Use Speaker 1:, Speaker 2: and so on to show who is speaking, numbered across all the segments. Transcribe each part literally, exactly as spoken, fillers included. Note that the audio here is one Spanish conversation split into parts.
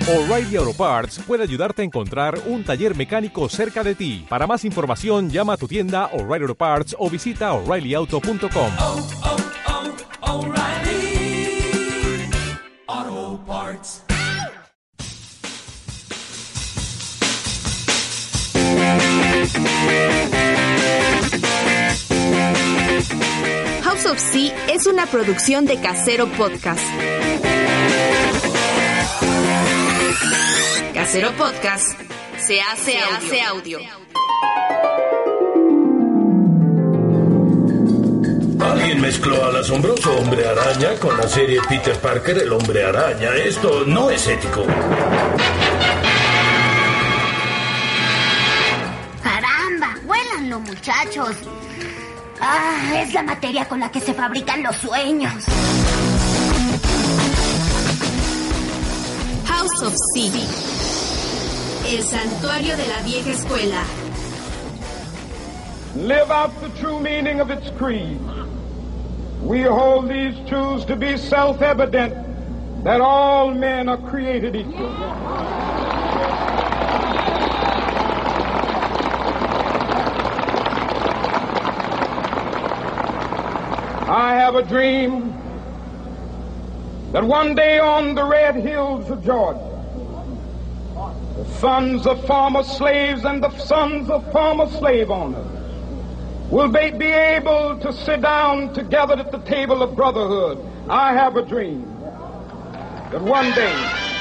Speaker 1: O'Reilly Auto Parts puede ayudarte a encontrar un taller mecánico cerca de ti. Para más información, llama a tu tienda O'Reilly Auto Parts o visita O'Reilly Auto punto com.
Speaker 2: Oh, oh, oh, O'Reilly Auto Parts.
Speaker 3: House of C es una producción de Casero Podcast. Casero Podcast se hace, se hace audio.
Speaker 4: Alguien mezcló al asombroso Hombre Araña con la serie Peter Parker, el Hombre Araña. Esto no es ético.
Speaker 5: ¡Caramba! ¡Huélanlo, muchachos! ¡Ah! Es la materia con la que se fabrican los sueños.
Speaker 3: House of C, el santuario de la vieja escuela.
Speaker 6: Live out the true meaning of its creed. We hold these truths to be self-evident, that all men are created equal. I have a dream that one day on the red hills of Georgia, the sons of former slaves and the sons of former slave owners will be, be able to sit down together at the table of brotherhood. I have a dream that one day,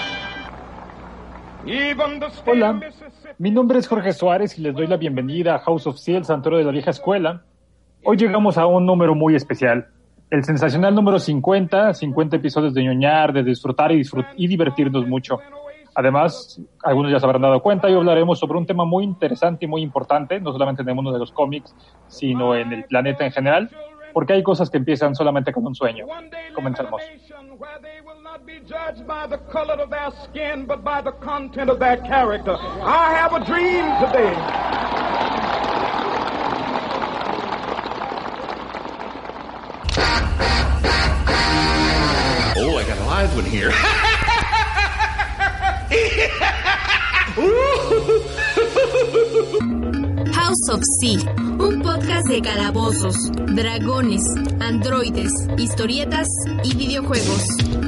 Speaker 6: even the state
Speaker 7: Hola,
Speaker 6: of Mississippi...
Speaker 7: mi nombre es Jorge Suárez y les doy la bienvenida a House of C, el santuario de la vieja escuela. Hoy llegamos a un número muy especial, el sensacional número cincuenta, cincuenta episodios de ñoñar, de disfrutar y, disfrut- y divertirnos mucho. Además, algunos ya se habrán dado cuenta, hoy hablaremos sobre un tema muy interesante y muy importante, no solamente en el mundo de los cómics, sino en el planeta en general, porque hay cosas que empiezan solamente con un sueño. Comencemos.
Speaker 2: Oh, I got a live one here.
Speaker 3: House of C, un podcast de calabozos, dragones, androides, historietas y videojuegos.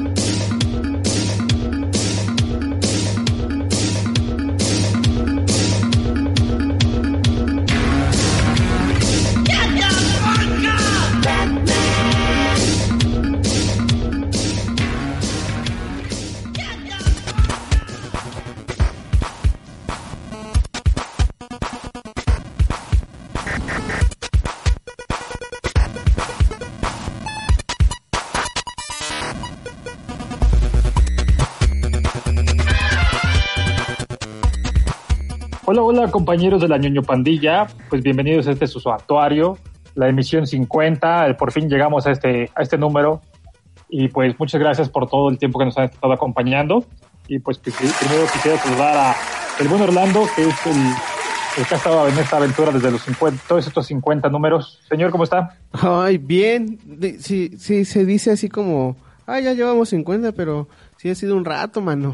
Speaker 7: Hola, hola compañeros de la ñoño pandilla, pues bienvenidos a este su santuario, la emisión cincuenta, por fin llegamos a este, a este número y pues muchas gracias por todo el tiempo que nos han estado acompañando y pues primero quisiera saludar a el buen Orlando, que es el, el que ha estado en esta aventura desde los cincuenta, todos estos cincuenta números. Señor, ¿cómo está?
Speaker 8: Ay, bien, De, sí, sí, se dice así como, ah, ya llevamos cincuenta, pero sí ha sido un rato, mano.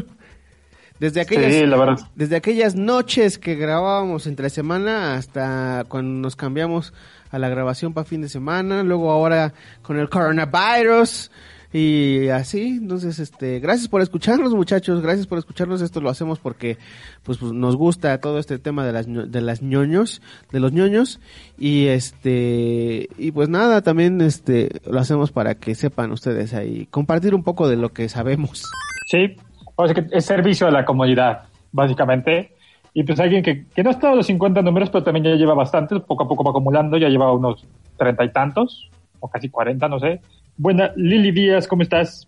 Speaker 8: Desde aquellas,
Speaker 7: sí, la verdad.
Speaker 8: Desde aquellas noches que grabábamos entre semana hasta cuando nos cambiamos a la grabación para fin de semana, luego ahora con el coronavirus y así. Entonces, este, gracias por escucharnos, muchachos, gracias por escucharnos. Esto lo hacemos porque pues, pues nos gusta todo este tema de las de las ñoños, de los ñoños y este y pues nada, también este lo hacemos para que sepan ustedes ahí compartir un poco de lo que sabemos.
Speaker 7: Sí. O sea que es servicio a la comunidad, básicamente. Y pues alguien que, que no ha estado a los cincuenta números, pero también ya lleva bastantes, poco a poco va acumulando, ya lleva unos treinta y tantos, o casi cuarenta, no sé. Buena, Lili Díaz, ¿cómo estás?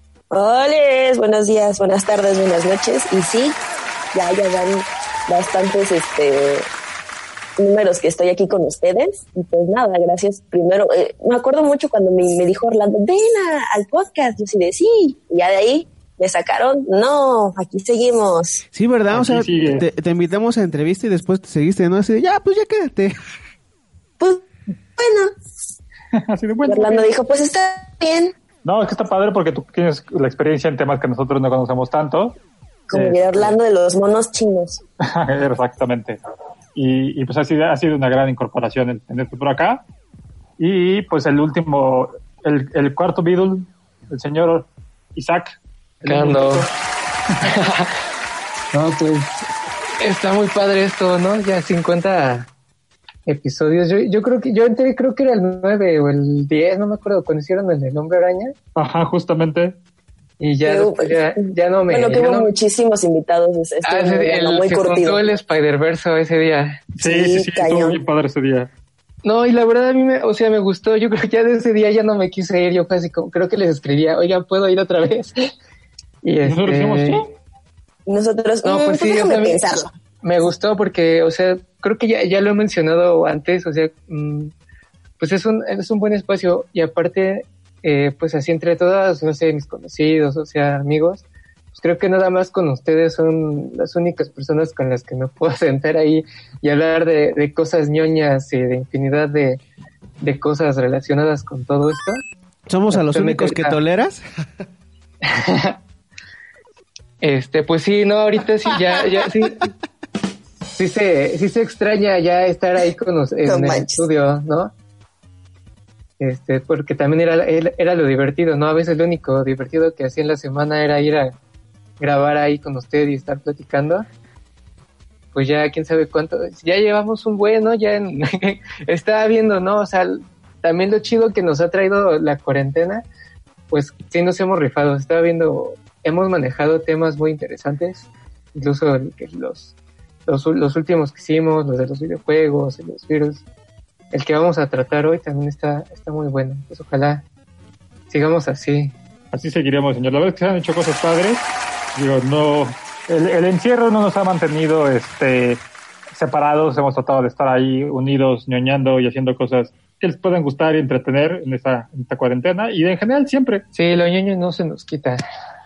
Speaker 9: Hola, buenos días, buenas tardes, buenas noches. Y sí, ya llevan bastantes este números que estoy aquí con ustedes. Y pues nada, gracias. Primero, eh, me acuerdo mucho cuando me, me dijo Orlando, ven a, al podcast. Yo sí de sí, y ya de ahí me sacaron, no, aquí seguimos.
Speaker 8: Sí, ¿verdad?
Speaker 7: Aquí
Speaker 8: o sea, te, te invitamos a entrevista y después te seguiste, ¿no? Así de, ya, pues ya quédate.
Speaker 9: Pues, bueno.
Speaker 7: Así de bueno.
Speaker 9: Orlando dijo, pues está bien.
Speaker 7: No, es que está padre porque tú tienes la experiencia en temas que nosotros no conocemos tanto
Speaker 9: Como
Speaker 7: Este-
Speaker 9: hablando de los monos chinos.
Speaker 7: Exactamente. Y, y pues ha sido, ha sido una gran incorporación el tenerte por acá. Y pues el último, el, el cuarto Beatle, el señor Isaac. el
Speaker 10: Carlos.
Speaker 7: músico.
Speaker 10: No, pues está muy padre esto, ¿no? Ya cincuenta episodios. Yo, yo creo que yo entré, creo que era el nueve o el diez, no me acuerdo, cuando hicieron el del Hombre Araña.
Speaker 7: Ajá, justamente.
Speaker 10: Y ya,
Speaker 9: Pero,
Speaker 10: después ya, ya no me...
Speaker 9: Bueno, que
Speaker 10: ya
Speaker 9: hubo
Speaker 10: no-
Speaker 9: muchísimos invitados. es- estuvo
Speaker 10: Ah, ese
Speaker 9: muy
Speaker 10: día,
Speaker 9: bueno,
Speaker 10: el,
Speaker 9: muy
Speaker 10: se
Speaker 9: curtido.
Speaker 10: juntó el Spider-Verse ese día.
Speaker 7: Sí,
Speaker 9: Sí,
Speaker 7: sí, sí, estuvo
Speaker 9: cañón.
Speaker 7: bien padre ese día.
Speaker 10: No, y la verdad a mí me, o sea, me gustó. Yo creo que ya de ese día ya no me quise ir. Yo casi como, creo que les escribía, oiga, ¿puedo ir otra vez? Y este...
Speaker 7: Nosotros dijimos, ¿sí?
Speaker 9: Nosotros,
Speaker 10: No,
Speaker 9: mm,
Speaker 10: pues sí, o
Speaker 9: déjame
Speaker 10: sea, me,
Speaker 9: pensarlo.
Speaker 10: me gustó porque, o sea, creo que ya, ya lo he mencionado antes, o sea, mm, pues es un, es un buen espacio y aparte, eh, pues así entre todas, no sé, mis conocidos, o sea, amigos, pues creo que nada más con ustedes son las únicas personas con las que me puedo sentar ahí y hablar de, de cosas ñoñas y de infinidad de, de cosas relacionadas con todo esto.
Speaker 8: ¿Somos a los
Speaker 10: Actualmente
Speaker 8: únicos que
Speaker 10: ahorita-
Speaker 8: toleras?
Speaker 10: Este, pues sí, no, ahorita sí, ya, ya, sí, sí se, sí se extraña ya estar ahí con los, en
Speaker 9: No
Speaker 10: el
Speaker 9: manches.
Speaker 10: estudio, ¿no? Este, porque también era, era era lo divertido, ¿no? A veces lo único divertido que hacía en la semana era ir a grabar ahí con usted y estar platicando. Pues ya, quién sabe cuánto, ya llevamos un buen, ¿no? Ya en, estaba viendo, ¿no? O sea, también lo chido que nos ha traído la cuarentena, pues sí nos hemos rifado, estaba viendo, hemos manejado temas muy interesantes, incluso el que los, los, los últimos que hicimos, los de los videojuegos, los virus, el que vamos a tratar hoy también está, está muy bueno, pues ojalá sigamos así.
Speaker 7: Así seguiremos, señor. La verdad es que se han hecho cosas padres. Digo, no... El, el encierro no nos ha mantenido este, separados. Hemos tratado de estar ahí unidos, ñoñando y haciendo cosas que les puedan gustar y entretener en esta, en esta cuarentena. Y en general siempre.
Speaker 10: Sí, lo ñoño no se nos quita.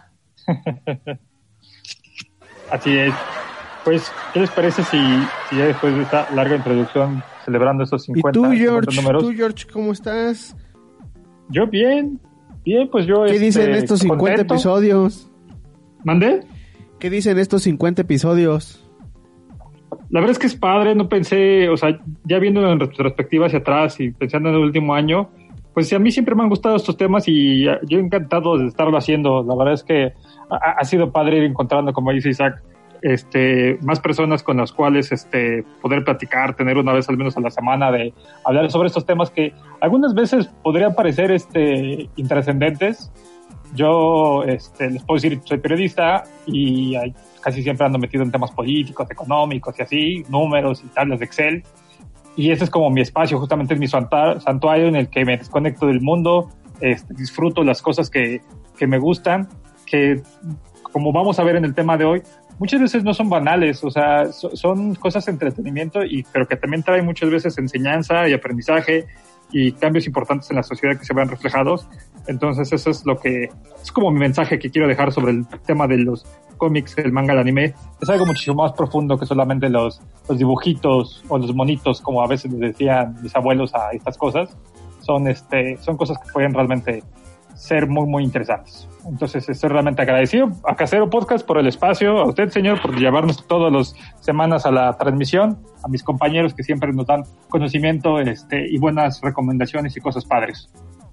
Speaker 7: Así es. Pues, ¿qué les parece si, si ya después de esta larga introducción, celebrando esos
Speaker 8: ¿Y
Speaker 7: cincuenta,
Speaker 8: tú,
Speaker 7: cincuenta
Speaker 8: George?
Speaker 7: números?
Speaker 8: ¿Tú, George, cómo estás?
Speaker 7: Yo bien, bien, pues yo...
Speaker 8: ¿Qué
Speaker 7: este,
Speaker 8: dicen estos cincuenta
Speaker 7: contento.
Speaker 8: episodios?
Speaker 7: ¿Mandé?
Speaker 8: ¿Qué dicen estos cincuenta episodios?
Speaker 7: La verdad es que es padre, no pensé, o sea, ya viendo en retrospectiva hacia atrás y pensando en el último año, pues a mí siempre me han gustado estos temas y yo encantado de estarlo haciendo. La verdad es que ha, ha sido padre ir encontrando, como dice Isaac, este, más personas con las cuales este, poder platicar, tener una vez al menos a la semana de hablar sobre estos temas que algunas veces podrían parecer este, intrascendentes. Yo este, les puedo decir, soy periodista y hay, casi siempre ando metido en temas políticos, económicos y así, números y tablas de Excel. Y ese es como mi espacio, justamente es mi santuario, santuario en el que me desconecto del mundo, este, disfruto las cosas que, que me gustan, que como vamos a ver en el tema de hoy, muchas veces no son banales, o sea, so, son cosas de entretenimiento, y, pero que también traen muchas veces enseñanza y aprendizaje y cambios importantes en la sociedad que se vean reflejados. Entonces eso es lo que, es como mi mensaje que quiero dejar sobre el tema de los cómics, el manga, el anime. Es algo muchísimo más profundo que solamente los, los dibujitos o los monitos, como a veces les decían mis abuelos a estas cosas. Son, este, son cosas que pueden realmente ser muy, muy interesantes. Entonces estoy realmente agradecido a Casero Podcast por el espacio, a usted, señor, por llevarnos todas las semanas a la transmisión, a mis compañeros que siempre nos dan conocimiento este, y buenas recomendaciones y cosas padres.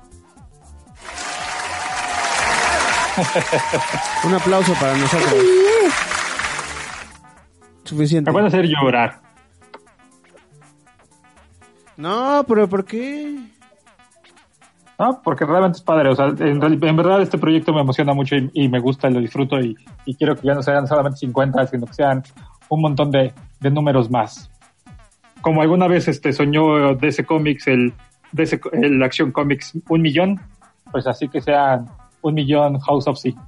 Speaker 8: Un aplauso para nosotros. Suficiente.
Speaker 7: Me van a hacer llorar.
Speaker 8: No, pero ¿por qué?
Speaker 7: No, porque realmente es padre. O sea, en, en verdad este proyecto me emociona mucho y, y me gusta y lo disfruto, y, y quiero que ya no sean solamente cincuenta, sino que sean un montón de, de números más. Como alguna vez este soñó D C Comics, el, D C, el Action Comics un millón, pues así que sean un millón House of Z.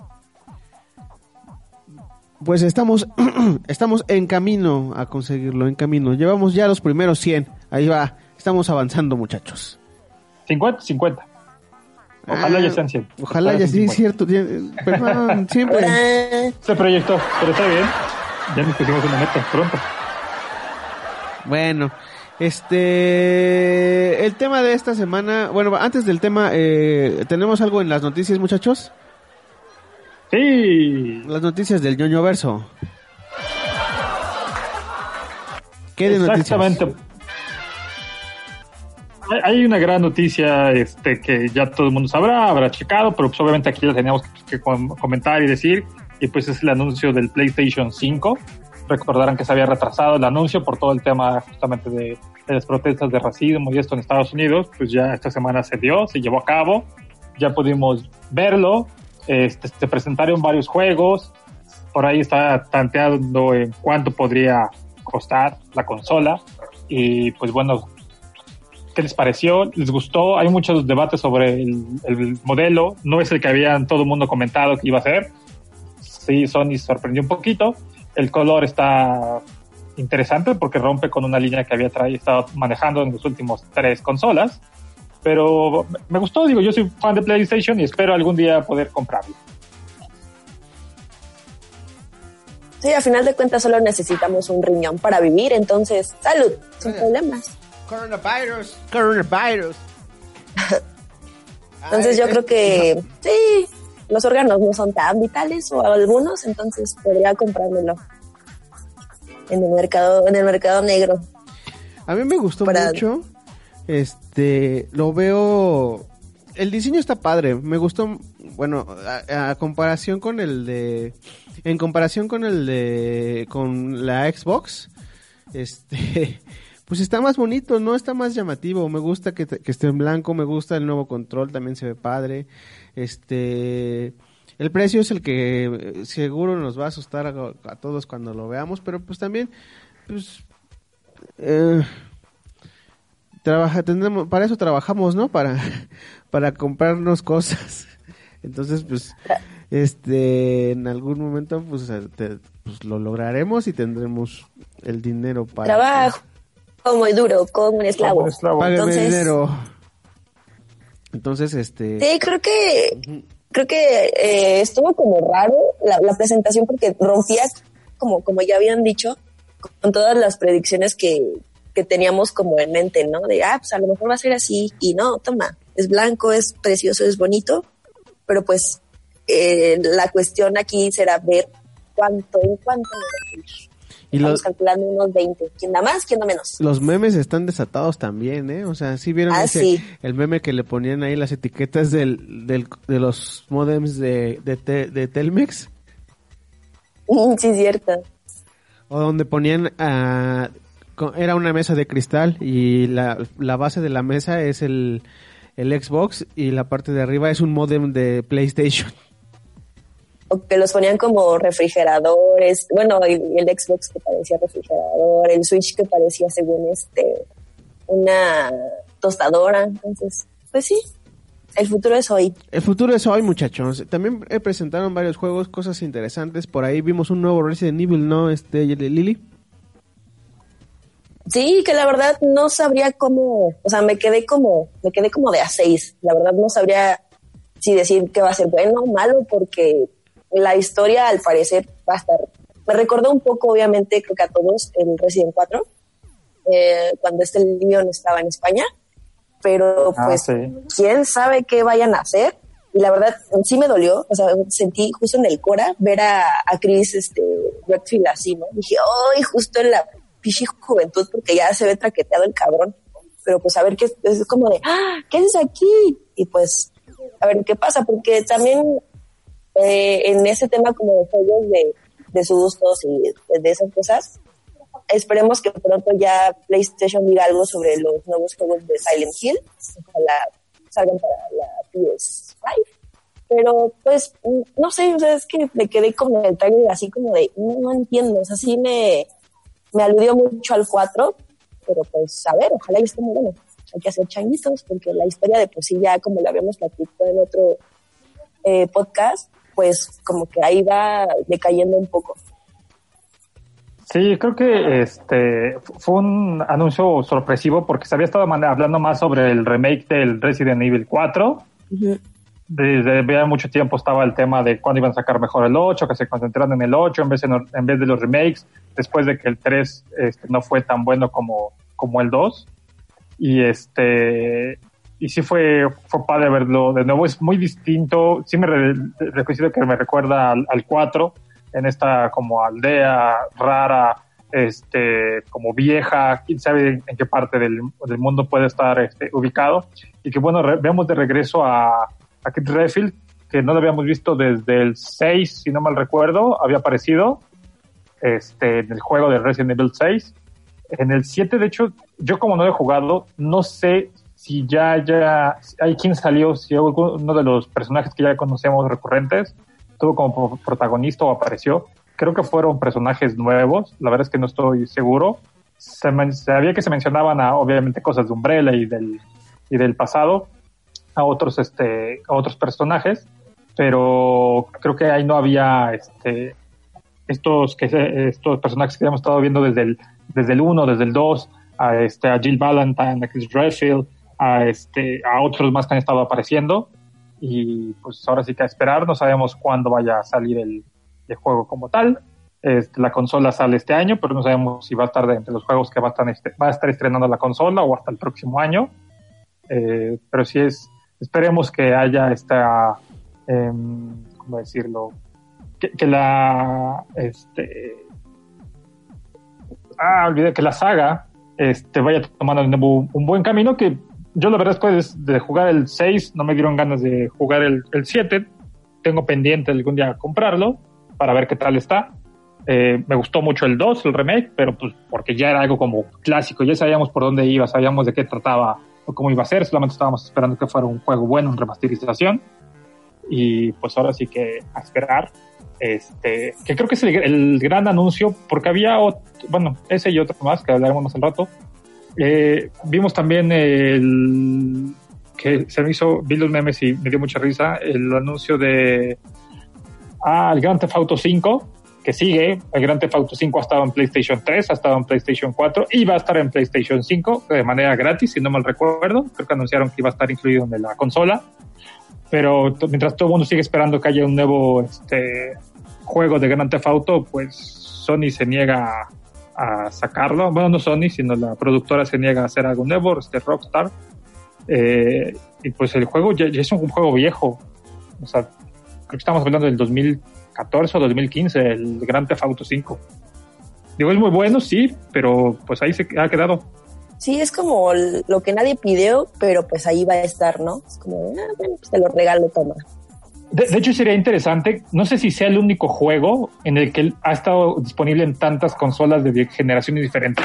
Speaker 8: Pues estamos, estamos en camino a conseguirlo, en camino. Llevamos ya los primeros cien. Ahí va, estamos avanzando, muchachos.
Speaker 7: cincuenta, cincuenta. Ojalá
Speaker 8: Ah,
Speaker 7: ya sean cien.
Speaker 8: Ojalá ya sí, es cierto. Perdón, siempre.
Speaker 7: Se proyectó, pero está bien. Ya nos pusimos una meta pronto.
Speaker 8: Bueno, este, el tema de esta semana, bueno, antes del tema, eh, ¿tenemos algo en las noticias, muchachos?
Speaker 7: Sí, Sí.
Speaker 8: Las noticias del ñoño verso. ¿Qué de noticias?
Speaker 7: Exactamente. Hay una gran noticia este, que ya todo el mundo sabrá, habrá checado, pero pues obviamente aquí la teníamos que, que comentar y decir, y pues es el anuncio del PlayStation cinco. Recordarán que se había retrasado el anuncio por todo el tema justamente de, de las protestas de racismo y esto en Estados Unidos. Pues ya esta semana se dio, se llevó a cabo, ya pudimos verlo, este, se presentaron varios juegos, por ahí está tanteando en cuánto podría costar la consola, y pues bueno, ¿qué les pareció? ¿Les gustó? Hay muchos debates sobre el, el modelo, no es el que habían todo el mundo comentado que iba a ser. Sí, Sony sorprendió un poquito. El color está interesante porque rompe con una línea que había traído, estado manejando en los últimos tres consolas. Pero me gustó, digo, yo soy fan de PlayStation y espero algún día poder comprarlo.
Speaker 9: Sí, a final de cuentas solo necesitamos un riñón para vivir, entonces, salud, sin
Speaker 8: Oye.
Speaker 9: problemas.
Speaker 8: Coronavirus, coronavirus.
Speaker 9: Entonces
Speaker 8: Ay,
Speaker 9: yo creo
Speaker 8: es-
Speaker 9: que sí, los órganos no son tan vitales o algunos, entonces podría comprármelo en el mercado, en el mercado negro.
Speaker 8: A mí me gustó
Speaker 9: Para-
Speaker 8: mucho. Este, lo veo. El diseño está padre. Me gustó. Bueno, a, a comparación con el de. En comparación con el de. Con la Xbox. Este. Pues está más bonito, ¿no? Está más llamativo. Me gusta que, te- que esté en blanco. Me gusta el nuevo control. También se ve padre. Este. El precio es el que eh, seguro nos va a asustar a, a todos cuando lo veamos. Pero pues también. Pues. Eh, trabaja, tendremos, para eso trabajamos, ¿no? Para, para comprarnos cosas. Entonces, pues, este, en algún momento, pues, eh, te- pues, lo lograremos y tendremos el dinero para...
Speaker 9: Trabajo muy duro, como un esclavo.
Speaker 7: Como un esclavo.
Speaker 8: Páguenme
Speaker 9: Entonces,
Speaker 8: dinero. Entonces, este...
Speaker 9: sí, creo que creo que eh, estuvo como raro la, la presentación porque rompía, como, como ya habían dicho, con todas las predicciones que, que teníamos como en mente, ¿no? De, ah, pues a lo mejor va a ser así, y no, toma, es blanco, es precioso, es bonito, pero pues eh, la cuestión aquí será ver cuánto, en cuánto me va a salir.
Speaker 8: Y
Speaker 9: Estamos
Speaker 8: los,
Speaker 9: calculando unos veinte, quién da más, quién da menos.
Speaker 8: los memes están desatados también, ¿eh? O sea, ¿sí vieron
Speaker 9: Ah,
Speaker 8: ese,
Speaker 9: sí.
Speaker 8: el meme que le ponían ahí las etiquetas del, del, de los modems de, de, te- de Telmex?
Speaker 9: Sí, cierto.
Speaker 8: O donde ponían, ah, co- era una mesa de cristal y la, la base de la mesa es el, el Xbox y la parte de arriba es un modem de PlayStation.
Speaker 9: O que los ponían como refrigeradores, bueno, y el Xbox que parecía refrigerador, el Switch que parecía según este una tostadora, entonces, pues sí, el futuro es hoy.
Speaker 8: El futuro es hoy, muchachos. También eh, presentaron varios juegos, cosas interesantes. Por ahí vimos un nuevo Resident Evil, ¿no? Este, Lili.
Speaker 9: Sí, que la verdad no sabría cómo, o sea, me quedé como, me quedé como de a seis, la verdad no sabría si decir que va a ser bueno o malo, porque la historia al parecer va a estar, me recordó un poco obviamente, creo que a todos, el Resident cuatro, eh, cuando este Leon estaba en España, pero
Speaker 7: Ah,
Speaker 9: pues
Speaker 7: sí.
Speaker 9: quién sabe qué vayan a hacer, y la verdad sí me dolió, o sea, sentí justo en el Cora ver a, a Chris este, Redfield así, ¿no? Dije, ¡ay! Justo en la pichi juventud, porque ya se ve traqueteado el cabrón, pero pues a ver qué, es como de, ¡ah! ¿Qué haces aquí? Y pues, a ver qué pasa, porque también eh, en ese tema como de juegos de, de sustos y de, de esas cosas, esperemos que pronto ya PlayStation diga algo sobre los nuevos juegos de Silent Hill, ojalá salgan para la P S cinco, pero pues no sé, o sea, es que me quedé con el trailer así como de no, no entiendo, o sea, sí me, me aludió mucho al cuatro, pero pues a ver, ojalá y esté muy bueno. Hay que hacer changuitos, porque la historia de por sí ya, como lo habíamos platicado en otro eh, podcast, pues como que ahí va decayendo un poco.
Speaker 7: Sí, creo que este fue un anuncio sorpresivo porque se había estado man- hablando más sobre el remake del Resident Evil cuatro.
Speaker 9: Uh-huh.
Speaker 7: Desde ya mucho tiempo estaba el tema de cuándo iban a sacar mejor el ocho, que se concentraran en el ocho en vez de, en vez de los remakes, después de que el tres este, no fue tan bueno como, como el dos. Y este y sí fue, fue padre verlo de nuevo. Es muy distinto, sí me re, recuerdo que me recuerda al, al cuatro, en esta como aldea rara, este como vieja, quién sabe en qué parte del, del mundo puede estar este, ubicado, y que bueno, re, vemos de regreso a, a Keith Redfield, que no lo habíamos visto desde el seis, si no mal recuerdo, había aparecido este, en el juego de Resident Evil seis. En el siete, de hecho, yo como no lo he jugado, no sé si ya, ya hay quien salió, si uno de los personajes que ya conocemos recurrentes estuvo como protagonista o apareció. Creo que fueron personajes nuevos, la verdad es que no estoy seguro. Se men- sabía que se mencionaban a, obviamente, cosas de Umbrella y del, y del pasado, a otros, este, a otros personajes, pero creo que ahí no había este, estos, que, estos personajes que hemos estado viendo desde el, desde el uno, desde el dos, a, este, a Jill Valentine, a Chris Redfield, a, este, a otros más que han estado apareciendo, y pues ahora sí que a esperar. No sabemos cuándo vaya a salir el de juego como tal. Este, la consola sale este año, pero no sabemos si va a estar de entre los juegos que va a estar, este, va a estar estrenando la consola o hasta el próximo año. Eh, pero sí es, esperemos que haya esta, eh, ¿cómo decirlo? Que, que la, este, ah, olvidé que la saga, este, vaya tomando de nuevo un buen camino. Que yo la verdad después de jugar el seis no me dieron ganas de jugar el, el siete. Tengo pendiente algún día comprarlo para ver qué tal está. Eh, me gustó mucho el dos, el remake, pero pues porque ya era algo como clásico, ya sabíamos por dónde iba, sabíamos de qué trataba o cómo iba a ser, solamente estábamos esperando que fuera un juego bueno, en remasterización, y pues ahora sí que a esperar, este, que creo que es el, el gran anuncio, porque había otro, bueno, ese y otro más que hablaremos más al rato. Eh, vimos también el que se me hizo, vi los memes y me dio mucha risa, el anuncio de Ah, el Grand Theft Auto cinco, que sigue. El Grand Theft Auto cinco ha estado en PlayStation tres, ha estado en PlayStation cuatro y va a estar en PlayStation cinco de manera gratis, si no mal recuerdo. Creo que anunciaron que iba a estar incluido en la consola. Pero t- mientras todo el mundo sigue esperando que haya un nuevo este, juego de Grand Theft Auto, pues Sony se niega a sacarlo. Bueno, no Sony, sino la productora se niega a hacer algo nuevo, este Rockstar. Eh, y pues el juego ya, ya es un juego viejo. O sea, creo que estamos hablando del dos mil catorce o dos mil quince, el Grand Theft Auto cinco. Digo, es muy bueno, sí, pero pues ahí se ha quedado.
Speaker 9: Sí, es como lo que nadie pidió, pero pues ahí va a estar, ¿no? Es como, ah, bueno, pues te lo regalo, toma.
Speaker 7: De, de hecho, sería interesante, no sé si sea el único juego en el que él ha estado disponible en tantas consolas de generaciones diferentes.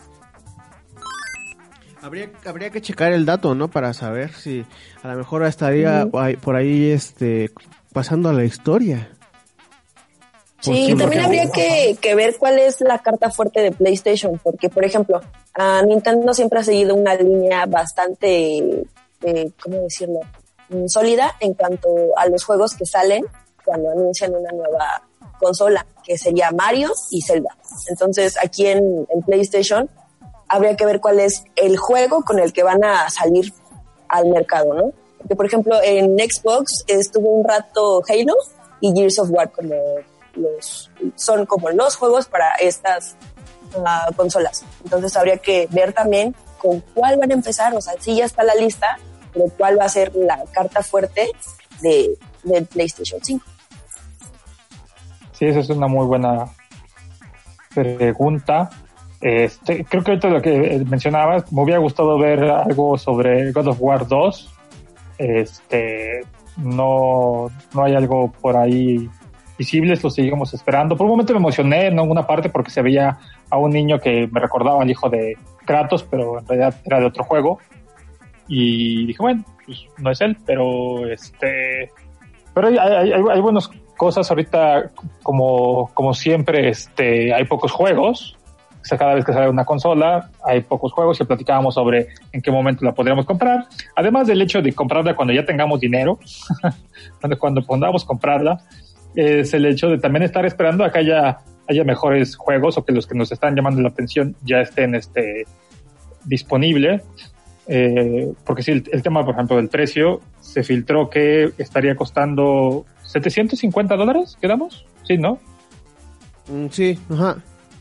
Speaker 8: Habría, habría que checar el dato, ¿no? Para saber si a lo mejor estaría uh-huh. por ahí este pasando a la historia.
Speaker 9: Sí, también habría que, que ver cuál es la carta fuerte de PlayStation, porque, por ejemplo, a Nintendo siempre ha seguido una línea bastante, eh, ¿cómo decirlo?, sólida en cuanto a los juegos que salen cuando anuncian una nueva consola, que sería Mario y Zelda. Entonces, aquí en, en PlayStation habría que ver cuál es el juego con el que van a salir al mercado, ¿no? Porque, por ejemplo, en Xbox estuvo un rato Halo y Gears of War como los, son como los juegos para estas uh, consolas. Entonces habría que ver también con cuál van a empezar, o sea, sí ya está la lista, pero cuál va a ser la carta fuerte de, de PlayStation cinco.
Speaker 7: Sí, esa es una muy buena pregunta. Este, creo que ahorita lo que mencionabas, me hubiera gustado ver algo sobre God of War dos. Este, no, no hay algo por ahí visibles, lo seguimos esperando. Por un momento me emocioné en alguna parte porque se veía a un niño que me recordaba al hijo de Kratos, pero en realidad era de otro juego. Y dije, bueno, pues no es él, pero este, pero hay, hay, hay, hay buenas cosas ahorita, como, como siempre, este, hay pocos juegos. O sea, cada vez que sale una consola hay pocos juegos y platicábamos sobre en qué momento la podríamos comprar. Además del hecho de comprarla cuando ya tengamos dinero, cuando, cuando podamos comprarla, es el hecho de también estar esperando a que haya, haya mejores juegos o que los que nos están llamando la atención ya estén este, disponibles. Eh, porque sí, el, el tema, por ejemplo, del precio, se filtró que estaría costando setecientos cincuenta dólares, ¿quedamos? Sí, ¿no?
Speaker 8: Mm, sí, ajá.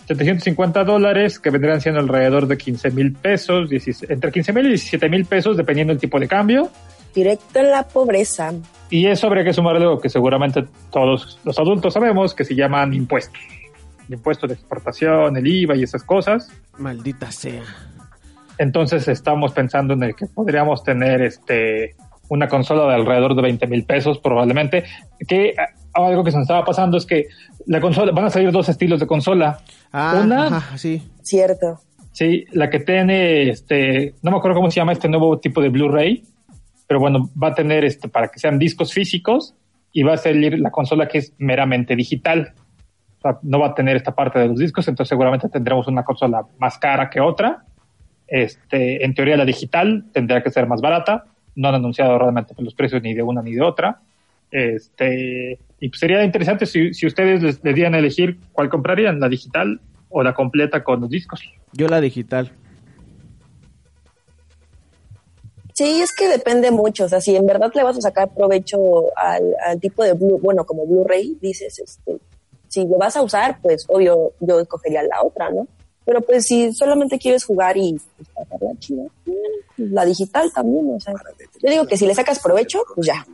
Speaker 7: setecientos cincuenta dólares, que vendrían siendo alrededor de quince mil pesos, dieciséis, entre quince mil y diecisiete mil pesos, dependiendo del tipo de cambio.
Speaker 9: Directo en la pobreza.
Speaker 7: Y eso habría que sumarle lo que seguramente todos los adultos sabemos, que se llaman impuestos. El impuesto de exportación, el I V A y esas cosas.
Speaker 8: Maldita sea.
Speaker 7: Entonces estamos pensando en el que podríamos tener este una consola de alrededor de veinte mil pesos probablemente. Que algo que se nos estaba pasando es que la consola, van a salir dos estilos de consola.
Speaker 8: Ah,
Speaker 7: Una,
Speaker 8: ajá, sí.
Speaker 9: Cierto.
Speaker 7: Sí, la que tiene, este, no me acuerdo cómo se llama este nuevo tipo de Blu-ray, pero bueno, va a tener este para que sean discos físicos y va a salir la consola que es meramente digital. O sea, no va a tener esta parte de los discos, entonces seguramente tendremos una consola más cara que otra. Este, en teoría la digital tendría que ser más barata. No han anunciado realmente los precios ni de una ni de otra. Este, y pues sería interesante si, si ustedes les, les dieran a elegir cuál comprarían, la digital o la completa con los discos.
Speaker 8: Yo la digital.
Speaker 9: Sí, es que depende mucho. O sea, si en verdad le vas a sacar provecho al, al tipo de Blu, bueno, como Blu-ray, dices, este, si lo vas a usar, pues obvio yo escogería la otra, ¿no? Pero pues si solamente quieres jugar y pues, pasarla chida, la digital también, o sea, yo digo que si le sacas provecho, pues ya.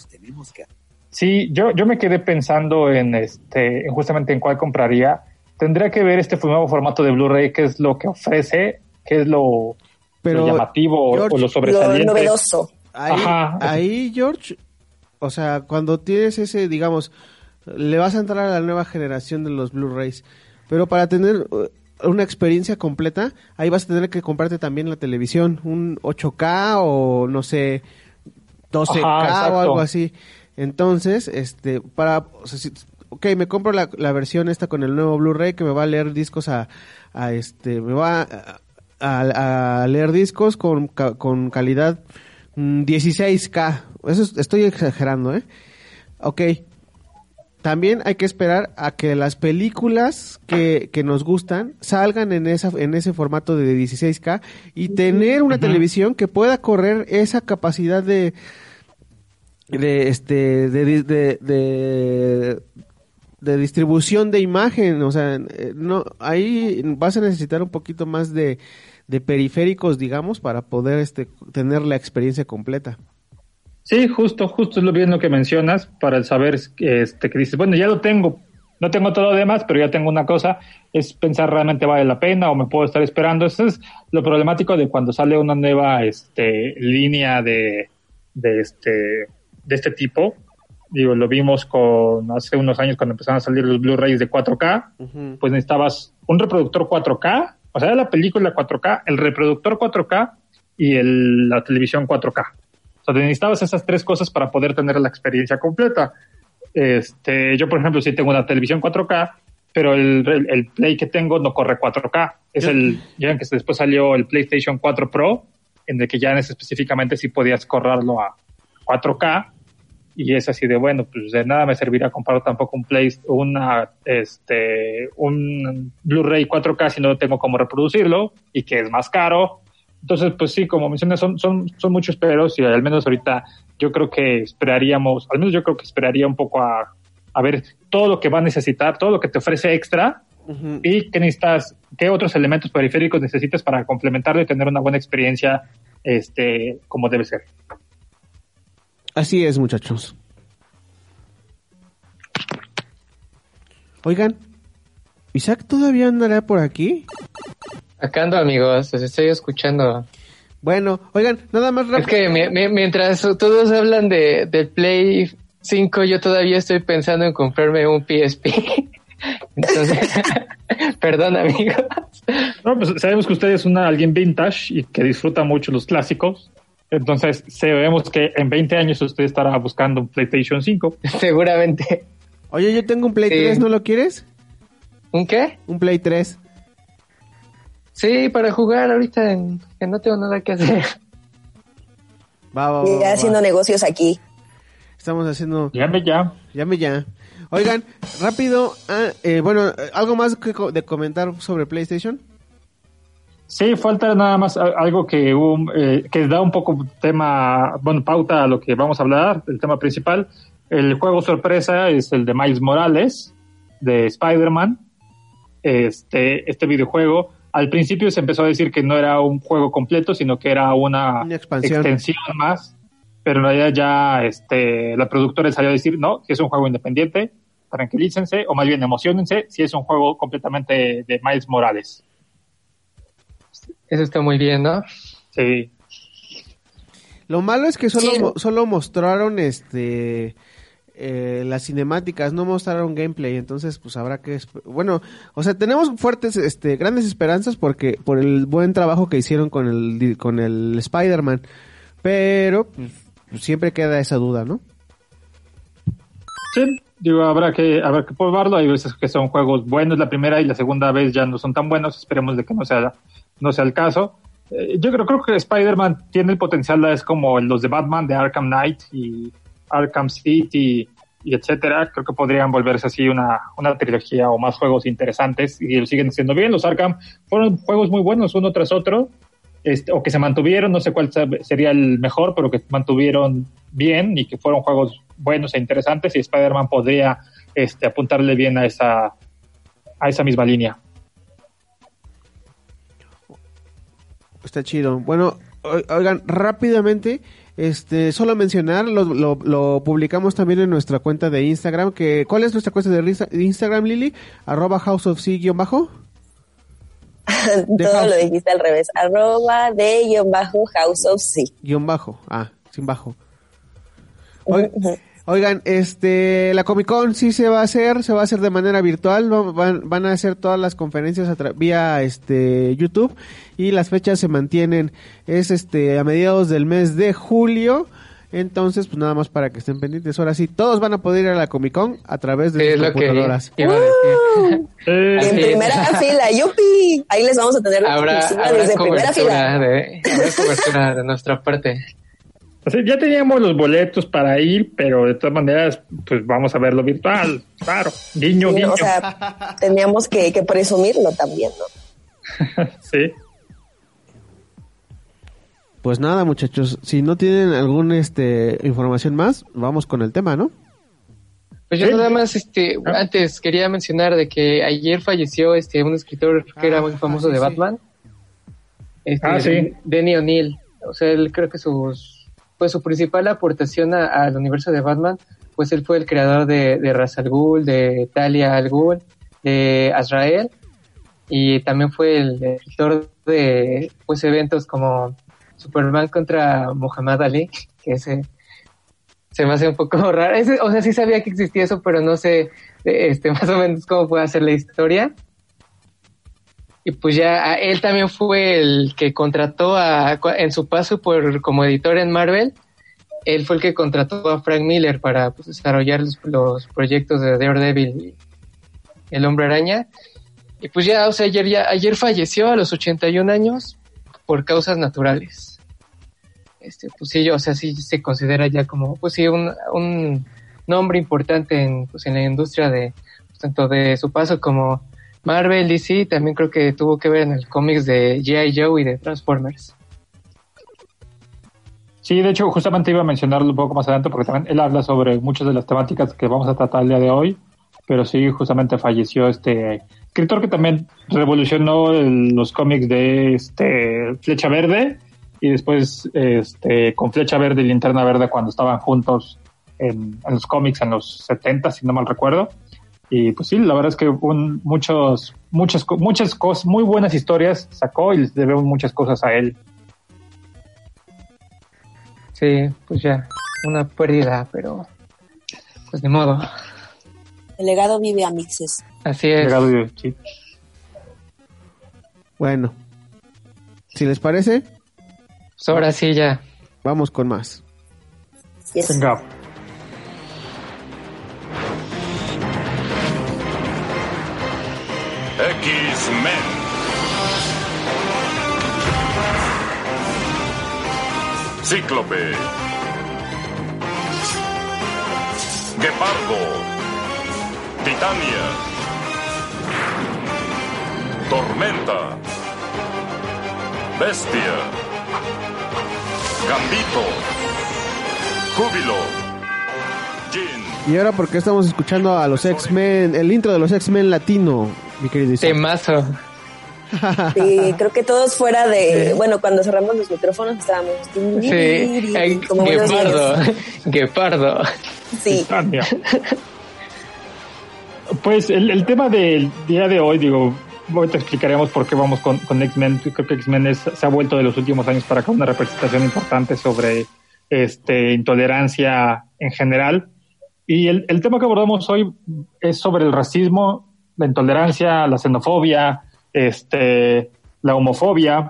Speaker 7: Sí, yo, yo me quedé pensando en este, en justamente en cuál compraría. Tendría que ver este nuevo formato de Blu-ray, qué es lo que ofrece, qué es lo,
Speaker 8: Pero,
Speaker 7: lo llamativo
Speaker 8: George,
Speaker 7: o lo sobresaliente.
Speaker 9: Lo novedoso.
Speaker 8: Ahí,
Speaker 7: Ajá.
Speaker 8: ahí, George, o sea, cuando tienes ese, digamos, le vas a entrar a la nueva generación de los Blu-rays, pero para tener una experiencia completa, ahí vas a tener que comprarte también la televisión, un ocho K o no sé, doce K
Speaker 7: Ajá,
Speaker 8: o algo
Speaker 7: exacto.
Speaker 8: así. Entonces, este, para, o sea, si, ok, me compro la, la versión esta con el nuevo Blu-ray que me va a leer discos a, a este, me va a, a, a leer discos con, con calidad mm, dieciséis K. Eso es- estoy exagerando, ¿eh? Ok. También hay que esperar a que las películas que, que nos gustan salgan en esa en ese formato de dieciséis K y tener una
Speaker 7: Ujú.
Speaker 8: televisión que pueda correr esa capacidad de de este de de, de, de- de distribución de imagen, o sea, eh, no ahí vas a necesitar un poquito más de, de periféricos, digamos, para poder este tener la experiencia completa.
Speaker 7: Sí, justo, justo es lo bien lo que mencionas para el saber este, que dices, bueno, ya lo tengo, no tengo todo lo demás, pero ya tengo una cosa, es pensar realmente vale la pena o me puedo estar esperando. Eso es lo problemático de cuando sale una nueva este, línea de, de, este, de este tipo. Digo, lo vimos con hace unos años cuando empezaron a salir los Blu-rays de cuatro K,
Speaker 8: Ujú.
Speaker 7: pues necesitabas un reproductor cuatro K, o sea, la película cuatro K, el reproductor cuatro K y el, la televisión cuatro K. O sea, necesitabas esas tres cosas para poder tener la experiencia completa. Este, yo, por ejemplo, sí tengo una televisión cuatro K, pero el, el, el Play que tengo no corre cuatro K. Es
Speaker 8: Yo-
Speaker 7: el, ya ven que después salió el PlayStation cuatro Pro, en el que ya en ese específicamente sí podías correrlo a cuatro K. Y es así de, bueno, pues de nada me servirá comprar tampoco un Play, una, este, un Blu-ray cuatro K si no tengo cómo reproducirlo y que es más caro. Entonces, pues sí, como mencionas, son, son, son muchos peros y al menos ahorita yo creo que esperaríamos, al menos yo creo que esperaría un poco a, a ver todo lo que va a necesitar, todo lo que te ofrece extra
Speaker 8: Ujú.
Speaker 7: y qué necesitas, qué otros elementos periféricos necesitas para complementarlo y tener una buena experiencia, este, como debe ser.
Speaker 8: Así es, muchachos. Oigan, ¿Isaac todavía andará por aquí?
Speaker 10: Acá ando, amigos, los estoy escuchando.
Speaker 8: Bueno, oigan, nada más rápido.
Speaker 10: Es que mi- mi- mientras todos hablan de del Play cinco, yo todavía estoy pensando en comprarme un P S P. Entonces, perdón, amigos.
Speaker 7: No, pues sabemos que usted es una, alguien vintage y que disfruta mucho los clásicos. Entonces, sabemos que en veinte años usted estará buscando un PlayStation cinco.
Speaker 10: Seguramente.
Speaker 8: Oye, yo tengo un Play
Speaker 10: Sí.
Speaker 8: tres, ¿no lo quieres?
Speaker 10: ¿Un qué?
Speaker 8: Un Play tres.
Speaker 10: Sí, para jugar ahorita en- que no tengo nada que hacer.
Speaker 8: Va, va, va,
Speaker 9: Ya
Speaker 8: va,
Speaker 9: haciendo
Speaker 8: va.
Speaker 9: negocios aquí.
Speaker 8: Estamos haciendo...
Speaker 7: Llame ya.
Speaker 8: Llame ya. Oigan, rápido. ah, eh, bueno, eh, ¿algo más que co- de comentar sobre PlayStation?
Speaker 7: Sí, falta nada más a- algo que, um, eh, que da un poco tema, bueno, pauta a lo que vamos a hablar, el tema principal. El juego sorpresa es el de Miles Morales, de Spider-Man. este, este videojuego. Al principio se empezó a decir que no era un juego completo, sino que era una,
Speaker 8: una expansión.
Speaker 7: extensión más, pero en realidad ya este, la productora salió a decir, no, que es un juego independiente, tranquilícense, o más bien emocionense, si es un juego completamente de Miles Morales.
Speaker 10: Eso está muy bien, ¿no?
Speaker 7: Sí.
Speaker 8: Lo malo es que solo,
Speaker 9: Sí.
Speaker 8: mo- solo mostraron este eh, las cinemáticas, no mostraron gameplay, entonces pues habrá que esp- bueno, o sea, tenemos fuertes este grandes esperanzas porque por el buen trabajo que hicieron con el di- con el Spider-Man, pero pues, pues, siempre queda esa duda, ¿no?
Speaker 7: Sí, digo, habrá que, habrá que probarlo. Hay veces que son juegos buenos la primera y la segunda vez ya no son tan buenos. Esperemos de que no sea, no sea el caso. Eh, yo creo, creo que Spider-Man tiene el potencial, es como los de Batman, de Arkham Knight y Arkham City y etcétera. Creo que podrían volverse así una, una trilogía o más juegos interesantes y lo siguen haciendo bien. Los Arkham fueron juegos muy buenos uno tras otro. Este, o que se mantuvieron, no sé cuál sería el mejor, pero que mantuvieron bien y que fueron juegos buenos e interesantes, y Spider-Man podría este, apuntarle bien a esa a esa misma línea.
Speaker 8: Está chido. Bueno, o- oigan, rápidamente, este, solo mencionar, lo, lo, lo publicamos también en nuestra cuenta de Instagram, que, ¿cuál es nuestra cuenta de, Risa- de Instagram, Lili? Arroba House of C guión bajo. De
Speaker 9: Todo
Speaker 8: House.
Speaker 9: lo dijiste al revés. Arroba de guión bajo House of C.
Speaker 8: Guión bajo, ah, sin bajo. Oi- Oigan, este, la Comic Con sí se va a hacer, se va a hacer de manera virtual, ¿no? van, van a hacer todas las conferencias a tra- vía este YouTube y las fechas se mantienen, es este a mediados del mes de julio, entonces pues nada más para que estén pendientes. Ahora sí, todos van a poder ir a la Comic Con a través de
Speaker 10: Es
Speaker 8: sus
Speaker 10: lo que
Speaker 8: computadoras.
Speaker 10: iba a decir.
Speaker 7: Eh,
Speaker 9: En
Speaker 10: Así
Speaker 9: primera
Speaker 10: es.
Speaker 9: fila, yupi. Ahí les vamos a tener la
Speaker 10: Habrá,
Speaker 9: exclusiva
Speaker 10: habrá
Speaker 9: desde primera
Speaker 10: cobertura
Speaker 9: fila.
Speaker 10: de, habrá cobertura de nuestra parte.
Speaker 7: o sea, ya teníamos los boletos para ir, pero de todas maneras, pues vamos a verlo virtual, claro. Guiño,
Speaker 9: Sí,
Speaker 7: guiño.
Speaker 9: ¿no? O sea, teníamos que, que presumirlo también, ¿no?
Speaker 7: Sí.
Speaker 8: Pues nada, muchachos, si no tienen alguna este información más, vamos con el tema, ¿no?
Speaker 10: Pues yo
Speaker 7: Sí.
Speaker 10: nada más, este, antes quería mencionar de que ayer falleció este un escritor que era muy
Speaker 8: Ah,
Speaker 10: famoso
Speaker 8: sí,
Speaker 10: de
Speaker 8: sí.
Speaker 10: Batman. Este,
Speaker 7: Ah, sí.
Speaker 10: Denny O'Neil. O sea, él creo que sus, pues su principal aportación a- al universo de Batman, pues él fue el creador de, de Ra's al Ghul, de Talia al Ghul, de Azrael, y también fue el escritor de pues eventos como Superman contra Muhammad Ali, que ese se me hace un poco raro. Ese, o sea, sí sabía que existía eso, pero no sé este más o menos cómo puede hacer la historia. Y pues ya a- él también fue el que contrató a en su paso por como editor en Marvel. Él fue el que contrató a Frank Miller para pues, desarrollar los, los proyectos de Daredevil y El Hombre Araña. Y pues ya, o sea, ayer ya ayer falleció a los ochenta y un años por causas naturales. Este, pues sí, o sea, sí se considera ya como, pues sí, un, un nombre importante en, pues, en la industria de, pues, tanto de su paso como Marvel, D C, también creo que tuvo que ver en el cómics de G I Joe y de Transformers.
Speaker 7: Sí, de hecho, justamente iba a mencionarlo un poco más adelante porque también él habla sobre muchas de las temáticas que vamos a tratar el día de hoy, pero sí, justamente falleció este escritor que también revolucionó el- los cómics de este Flecha Verde y después este con Flecha Verde y Linterna Verde cuando estaban juntos en, en los cómics en los setenta, si no mal recuerdo. Y pues sí, la verdad es que un, muchos, muchas, co- muchas cosas, muy buenas historias sacó y les debemos muchas cosas a él.
Speaker 10: Sí, pues ya, una pérdida, pero pues ni modo.
Speaker 9: El legado vive a mixes.
Speaker 10: Así es.
Speaker 7: Legado de- sí.
Speaker 8: Bueno, si les parece,
Speaker 10: Pues ahora sí ya.
Speaker 8: vamos con más.
Speaker 9: Yes.
Speaker 7: Venga.
Speaker 2: X-Men. Cíclope. Guepardo. Titania. Tormenta. Bestia. Gambito. Júbilo. Jean.
Speaker 8: Y ahora, ¿por qué estamos escuchando a los X-Men, el intro de los X-Men latino? mi querido Isaac.
Speaker 10: Temazo.
Speaker 9: Sí, creo que todos fuera de...
Speaker 8: Sí.
Speaker 9: Bueno, cuando cerramos los micrófonos estábamos...
Speaker 10: Sí, eh,
Speaker 9: como buenos
Speaker 10: Guepardo.
Speaker 9: niños.
Speaker 10: Guepardo.
Speaker 9: Sí.
Speaker 7: Tania. Pues el, el tema del día de hoy, digo, ahorita explicaremos por qué vamos con, con X-Men. Creo que X-Men es, se ha vuelto de los últimos años para acá una representación importante sobre este intolerancia en general. Y el, el tema que abordamos hoy es sobre el racismo, la intolerancia, la xenofobia, este, la homofobia,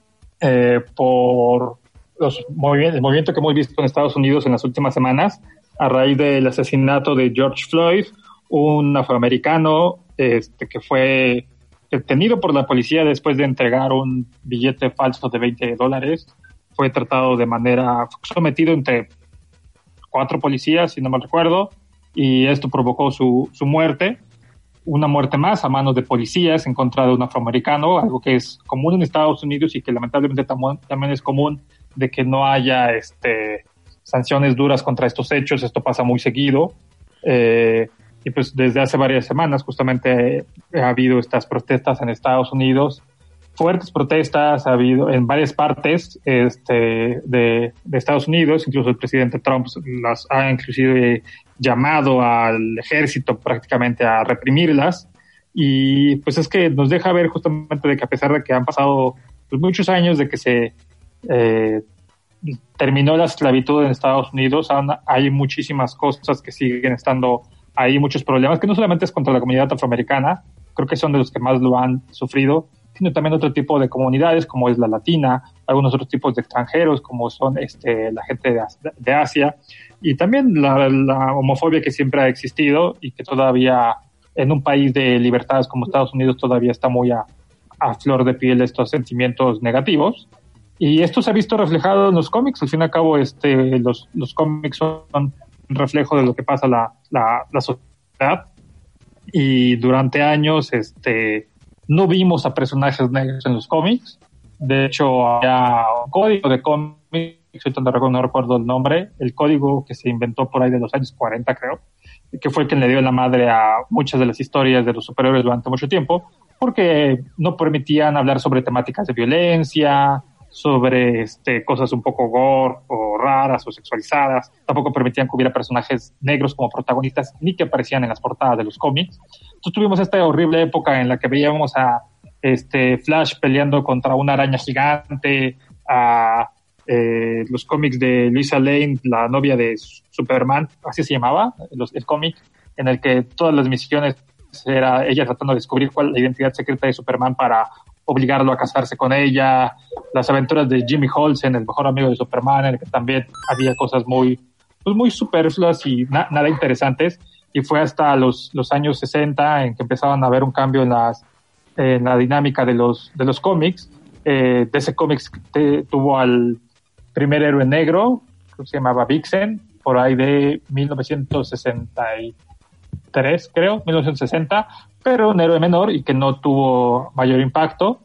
Speaker 7: eh, por los movimientos, el movimiento que hemos visto en Estados Unidos en las últimas semanas a raíz del asesinato de George Floyd, un afroamericano este, que fue detenido por la policía después de entregar un billete falso de veinte dólares. Fue tratado de manera, fue sometido entre cuatro policías, si no mal recuerdo, y esto provocó su, su muerte. Una muerte más a manos de policías en contra de un afroamericano, algo que es común en Estados Unidos y que lamentablemente tam- también es común de que no haya este, sanciones duras contra estos hechos. Esto pasa muy seguido. Eh, y pues desde hace varias semanas justamente ha habido estas protestas en Estados Unidos, fuertes protestas ha habido en varias partes este, de, de Estados Unidos. Incluso el presidente Trump las ha inclusive llamado al ejército prácticamente a reprimirlas, y pues es que nos deja ver justamente de que a pesar de que han pasado pues, muchos años de que se eh, terminó la esclavitud en Estados Unidos, aún hay muchísimas cosas que siguen estando ahí, muchos problemas que no solamente es contra la comunidad afroamericana, creo que son de los que más lo han sufrido, sino también otro tipo de comunidades como es la latina, algunos otros tipos de extranjeros como son este, la gente de, de Asia, y también la, la homofobia que siempre ha existido y que todavía en un país de libertades como Estados Unidos todavía está muy a, a flor de piel estos sentimientos negativos. Y esto se ha visto reflejado en los cómics. Al fin y al cabo, este, los, los cómics son un reflejo de lo que pasa la, la, la sociedad. Y durante años, este, no vimos a personajes negros en los cómics. De hecho, había un código de cómics, no recuerdo, no recuerdo el nombre, el código que se inventó por ahí de los años cuarenta, creo, que fue quien le dio la madre a muchas de las historias de los superhéroes durante mucho tiempo, porque no permitían hablar sobre temáticas de violencia, sobre este, cosas un poco gore o raras o sexualizadas. Tampoco permitían que hubiera personajes negros como protagonistas ni que aparecían en las portadas de los cómics. Entonces tuvimos esta horrible época en la que veíamos a este Flash peleando contra una araña gigante, a eh, los cómics de Lisa Lane, la novia de Superman, así se llamaba, los, el cómic, en el que todas las misiones era ella tratando de descubrir cuál es la identidad secreta de Superman para obligarlo a casarse con ella, las aventuras de Jimmy Olsen, el mejor amigo de Superman, en el que también había cosas muy, pues muy superfluas y na- nada interesantes, y fue hasta los, los años sesenta en que empezaban a haber un cambio en las en la dinámica de los de los cómics. Eh, de ese cómics te, tuvo al primer héroe negro, que se llamaba Vixen, por ahí de mil novecientos sesenta y tres, creo, mil novecientos sesenta, pero un héroe menor y que no tuvo mayor impacto,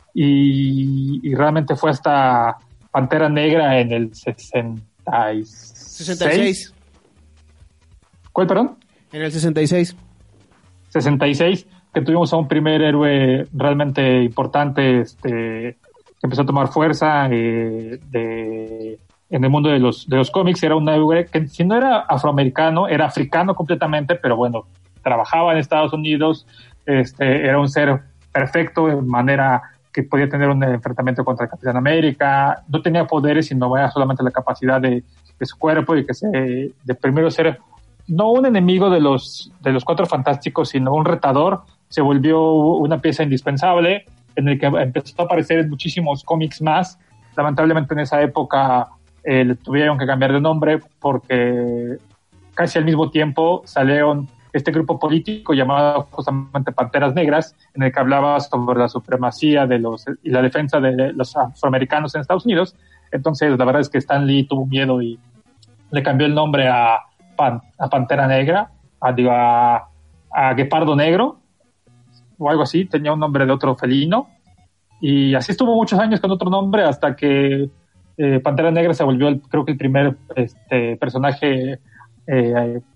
Speaker 7: y, y realmente fue hasta Pantera Negra en el sesenta y seis.
Speaker 8: sesenta y seis.
Speaker 7: ¿Cuál, perdón?
Speaker 8: En el sesenta y seis.
Speaker 7: sesenta y seis, que tuvimos a un primer héroe realmente importante, este, que empezó a tomar fuerza eh, de, en el mundo de los, de los cómics. Era un héroe que, si no era afroamericano, era africano completamente, pero bueno, trabajaba en Estados Unidos, este, era un ser perfecto de manera que podía tener un enfrentamiento contra el Capitán América, no tenía poderes, sino era solamente la capacidad de, de su cuerpo, y que se, de primero ser no un enemigo de los, de los Cuatro Fantásticos, sino un retador. Se volvió una pieza indispensable en el que empezó a aparecer en muchísimos cómics más. Lamentablemente en esa época eh, le tuvieron que cambiar de nombre porque casi al mismo tiempo salieron este grupo político llamado justamente Panteras Negras, en el que hablaba sobre la supremacía de los y la defensa de los afroamericanos en Estados Unidos. Entonces la verdad es que Stan Lee tuvo miedo y le cambió el nombre a, Pan, a Pantera Negra, a, digo, a, a Guepardo Negro o algo así. Tenía un nombre de otro felino, y así estuvo muchos años con otro nombre hasta que eh, Pantera Negra se volvió el, creo que el primer este, personaje eh,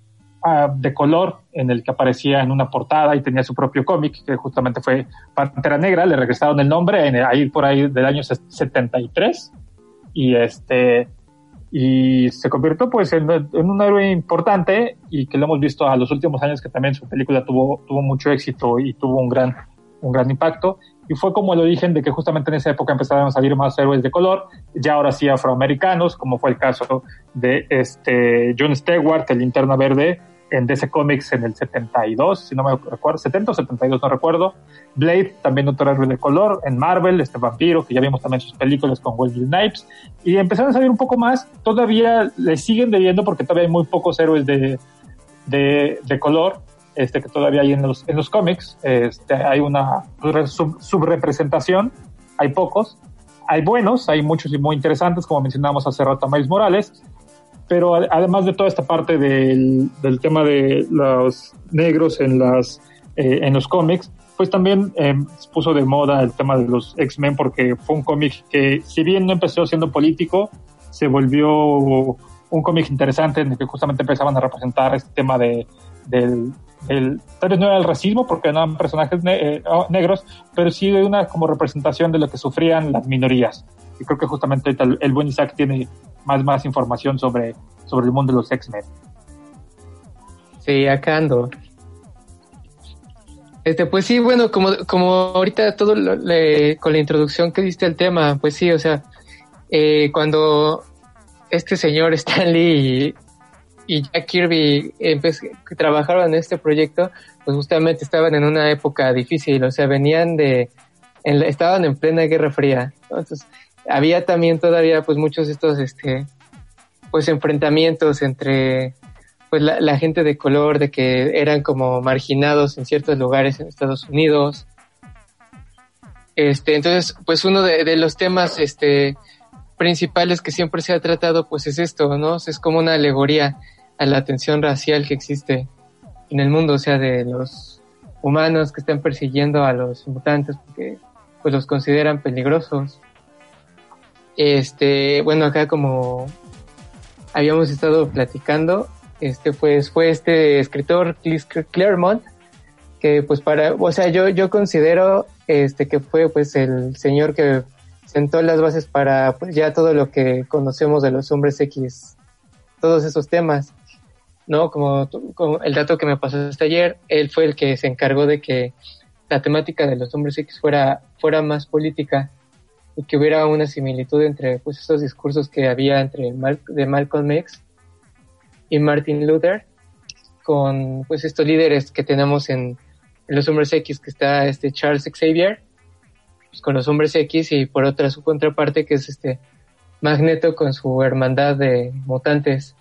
Speaker 7: uh, de color en el que aparecía en una portada y tenía su propio cómic, que justamente fue Pantera Negra. Le regresaron el nombre en, ahí por ahí del año setenta y tres y este y se convirtió pues en, en un héroe importante y que lo hemos visto a los últimos años, que también su película tuvo tuvo mucho éxito y tuvo un gran un gran impacto. Y fue como el origen de que justamente en esa época empezaron a salir más héroes de color, ya ahora sí afroamericanos, como fue el caso de este John Stewart, el Linterna Verde, en D C Comics en el setenta y dos, si no me recuerdo, setenta o setenta y dos, no recuerdo. Blade, también otro héroe de color, en Marvel, este vampiro, que ya vimos también sus películas con Wesley Snipes, y empezaron a salir un poco más. Todavía le siguen debiendo porque todavía hay muy pocos héroes de, de, de color, este que todavía hay en los en los cómics. Este hay una sub, subrepresentación, hay pocos, hay buenos, hay muchos y muy interesantes, como mencionábamos hace rato a Miles Morales, pero además de toda esta parte del, del tema de los negros en las eh, en los cómics, pues también eh, se puso de moda el tema de los X-Men, porque fue un cómic que, si bien no empezó siendo político, se volvió un cómic interesante en el que justamente empezaban a representar este tema de del El, tal vez no era el racismo porque no eran personajes ne- eh, negros, pero sí de una como representación de lo que sufrían las minorías. Y creo que justamente el, el buen Isaac tiene más, más información sobre, sobre el mundo de los X-Men.
Speaker 10: Sí, acá ando. Este, pues sí, bueno, como, como ahorita todo lo, le, con la introducción que diste al tema, pues sí, o sea, eh, cuando este señor Stan Lee y, y Jack Kirby empecé, que trabajaron en este proyecto, pues justamente estaban en una época difícil, o sea, venían de, en la, estaban en plena Guerra Fría, ¿no? Entonces había también todavía pues muchos de estos, este, pues enfrentamientos entre pues la, la gente de color, de que eran como marginados en ciertos lugares en Estados Unidos. Este, entonces, pues uno de, de los temas, este, principales que siempre se ha tratado, pues es esto, ¿no? Es como una alegoría a la tensión racial que existe en el mundo, o sea, de los humanos que están persiguiendo a los mutantes porque pues los consideran peligrosos. Este, bueno, acá como habíamos estado platicando, este pues fue este escritor Chris Claremont que pues para, o sea, yo yo considero este que fue pues el señor que sentó las bases para pues ya todo lo que conocemos de los hombres X, todos esos temas, ¿no? Como, como el dato que me pasaste ayer, él fue el que se encargó de que la temática de los hombres X fuera fuera más política y que hubiera una similitud entre pues esos discursos que había entre Mal- de Malcolm X y Martin Luther con pues estos líderes que tenemos en, en los hombres X, que está este Charles Xavier pues, con los hombres X, y por otra su contraparte que es este Magneto con su hermandad de mutantes.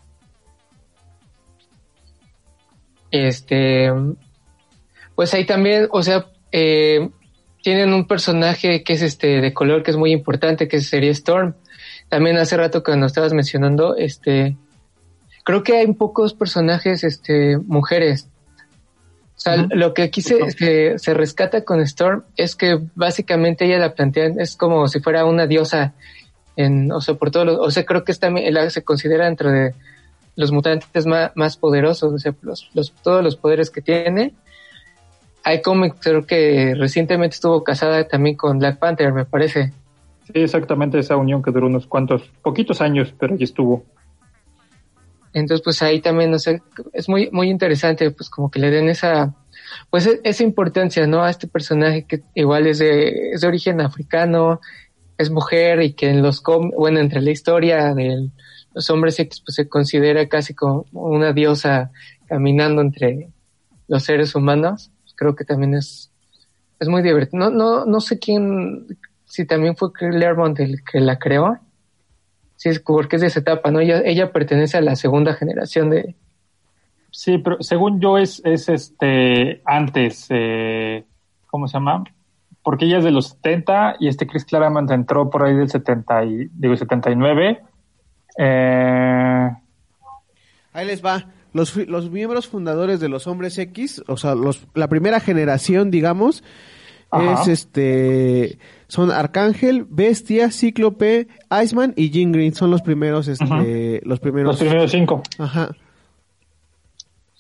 Speaker 10: Este pues ahí también, o sea, eh, tienen un personaje que es este de color que es muy importante, que sería Storm. También hace rato cuando estabas mencionando, este, creo que hay pocos personajes, este, mujeres. O sea, uh-huh. Lo que aquí se, se, se rescata con Storm es que básicamente ella la plantean, es como si fuera una diosa, en, o sea, por todos los, o sea, creo que es también, ella se considera dentro de los mutantes más, más poderosos, o sea, los, los, todos los poderes que tiene. Hay cómics, creo que recientemente estuvo casada también con Black Panther, me parece.
Speaker 7: Sí, exactamente, esa unión que duró unos cuantos, poquitos años, pero allí estuvo.
Speaker 10: Entonces, pues ahí también, no sé, es muy muy interesante, pues como que le den esa, pues esa importancia, ¿no? A este personaje que igual es de, es de origen africano, es mujer y que en los cómics, bueno, entre la historia de los hombres X, pues se considera casi como una diosa caminando entre los seres humanos. Creo que también es es muy divertido. No no no sé quién, si también fue Claremont el que la creó. Sí, es porque es de esa etapa, ¿no? Ella ella pertenece a la segunda generación de.
Speaker 7: Sí, pero según yo es es este antes, eh, ¿cómo se llama? Porque ella es de los setenta y este Chris Claremont entró por ahí del setenta y digo setenta y nueve. Eh...
Speaker 8: Ahí les va. Los, los miembros fundadores de los Hombres X, o sea, los, la primera generación, digamos, Ajá. es este, son Arcángel, Bestia, Cíclope, Iceman y Jean Green. Son los primeros, este, los primeros.
Speaker 7: Los primeros cinco.
Speaker 8: Ajá.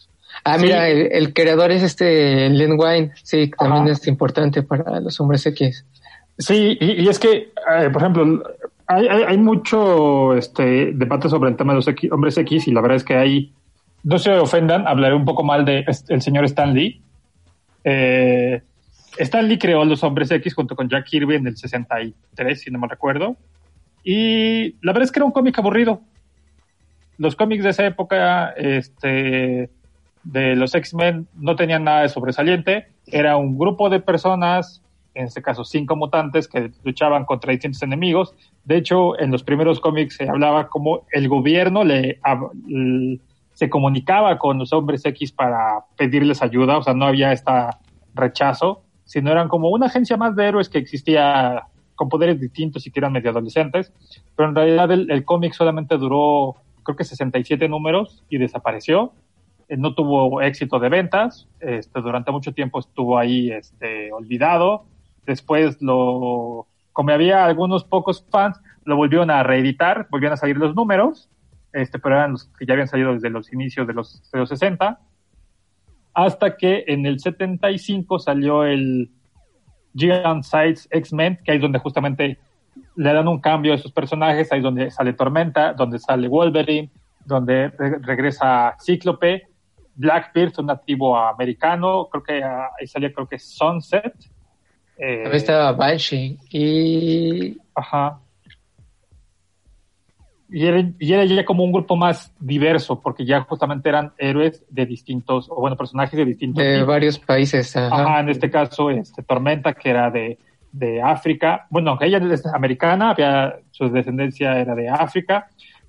Speaker 10: Ah,
Speaker 7: Sí.
Speaker 10: mira, el, el creador es este Len Wein, sí, también
Speaker 7: Ajá.
Speaker 10: es importante para los hombres X.
Speaker 7: Sí, y, y es que, eh, por ejemplo, hay, hay, hay mucho este debate sobre el tema de los X- hombres X y la verdad es que hay, no se ofendan, hablaré un poco mal de el señor Stan Lee. Eh, Stan Lee creó los hombres X junto con Jack Kirby en el sesenta y tres, si no me recuerdo. Y la verdad es que era un cómic aburrido. Los cómics de esa época, este, de los X-Men, no tenían nada de sobresaliente. Era un grupo de personas, en este caso cinco mutantes, que luchaban contra distintos enemigos. De hecho, en los primeros cómics se hablaba como el gobierno le, a, l- se comunicaba con los hombres X para pedirles ayuda. O sea, no había este rechazo, sino eran como una agencia más de héroes que existía con poderes distintos y que eran medio adolescentes. Pero en realidad el, el cómic solamente duró, creo que sesenta y siete números y desapareció. Eh, no tuvo éxito de ventas. Este, durante mucho tiempo estuvo ahí este, olvidado. Después lo, como había algunos pocos fans, lo volvieron a reeditar, volvieron a salir los números, este, pero eran los que ya habían salido desde los inicios de los, de los sesenta, hasta que en el setenta y cinco salió el Giant Size X-Men, que ahí es donde justamente le dan un cambio a esos personajes, ahí es donde sale Tormenta, donde sale Wolverine, donde re- regresa Cíclope, Blackbeard, un nativo americano, creo que ah, ahí salía creo que Sunset. Eh,
Speaker 10: También estaba Banshee y...
Speaker 7: Ajá. Y era, y era ya como un grupo más diverso, porque ya justamente eran héroes de distintos, o bueno, personajes de distintos
Speaker 10: de
Speaker 7: tipos.
Speaker 10: varios países. Ajá.
Speaker 7: Ajá, en este caso, este, Tormenta, que era de, de África. Bueno, aunque ella es americana, había, su descendencia era de África.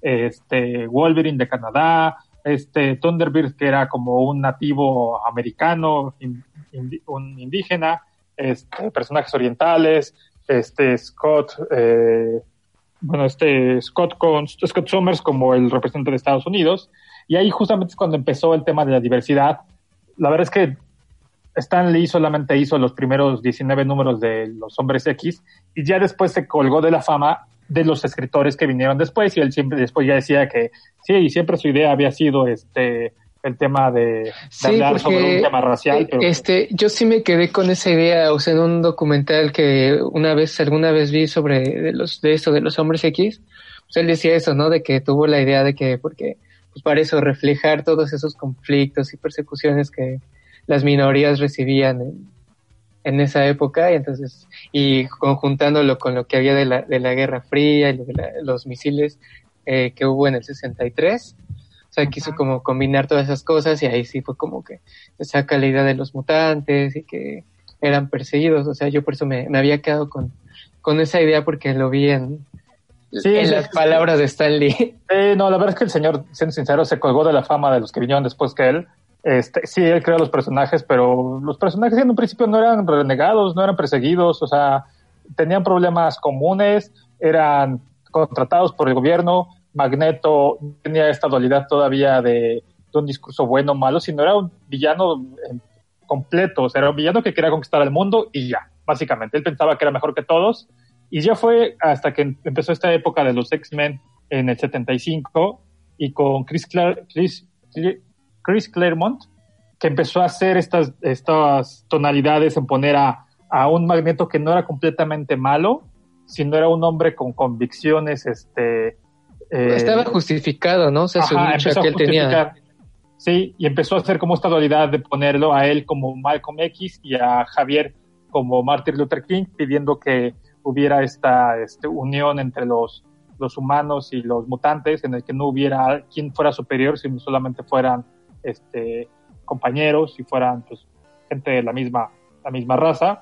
Speaker 7: Este, Wolverine de Canadá. Este, Thunderbird, que era como un nativo americano, in, indi- un indígena. Este, personajes orientales. Este, Scott, eh, bueno, este, Scott con, Scott Summers como el representante de Estados Unidos. Y ahí justamente es cuando empezó el tema de la diversidad. La verdad es que Stan Lee solamente hizo los primeros diecinueve números de los Hombres X y ya después se colgó de la fama de los escritores que vinieron después, y él siempre después ya decía que sí, siempre su idea había sido este el tema de, de
Speaker 10: Sí,
Speaker 7: hablar sobre
Speaker 10: porque,
Speaker 7: un tema racial, pero
Speaker 10: este, yo sí me quedé con esa idea, o sea, en un documental que una vez, alguna vez vi sobre de los, de eso, de los hombres X, pues él decía eso, ¿no? De que tuvo la idea de que, porque, pues para eso, reflejar todos esos conflictos y persecuciones que las minorías recibían en, en esa época, y entonces, y conjuntándolo con lo que había de la, de la Guerra Fría y lo de la, los misiles eh, que hubo en el sesenta y tres. O sea, quiso como combinar todas esas cosas y ahí sí fue como que se saca la idea de los mutantes y que eran perseguidos. O sea, yo por eso me, me había quedado con, con esa idea porque lo vi en,
Speaker 7: Sí,
Speaker 10: en
Speaker 7: sí,
Speaker 10: las
Speaker 7: sí.
Speaker 10: palabras de Stan Lee.
Speaker 7: Eh, no, la verdad es que el señor, siendo sincero, se colgó de la fama de los que vinieron después que él. Este, sí, él creó los personajes, pero los personajes en un principio no eran renegados, no eran perseguidos, o sea, tenían problemas comunes, eran contratados por el gobierno. Magneto tenía esta dualidad todavía de, de un discurso bueno o malo, sino era un villano eh, completo, o sea, era un villano que quería conquistar el mundo y ya, básicamente. Él pensaba que era mejor que todos, y ya fue hasta que empezó esta época de los X-Men en el setenta y cinco, y con Chris, Clar- Chris, Chris Claremont, que empezó a hacer estas, estas tonalidades en poner a, a un Magneto que no era completamente malo, sino era un hombre con convicciones, este... Eh,
Speaker 10: Estaba justificado, ¿no? O sea, su
Speaker 7: ajá,
Speaker 10: lucha
Speaker 7: empezó a
Speaker 10: que él tenía.
Speaker 7: justificar. Sí, y empezó a hacer como esta dualidad de ponerlo a él como Malcolm X y a Javier como Martin Luther King, pidiendo que hubiera esta este, unión entre los, los humanos y los mutantes, en el que no hubiera quien fuera superior, sino solamente fueran este, compañeros y fueran pues, gente de la misma, la misma raza.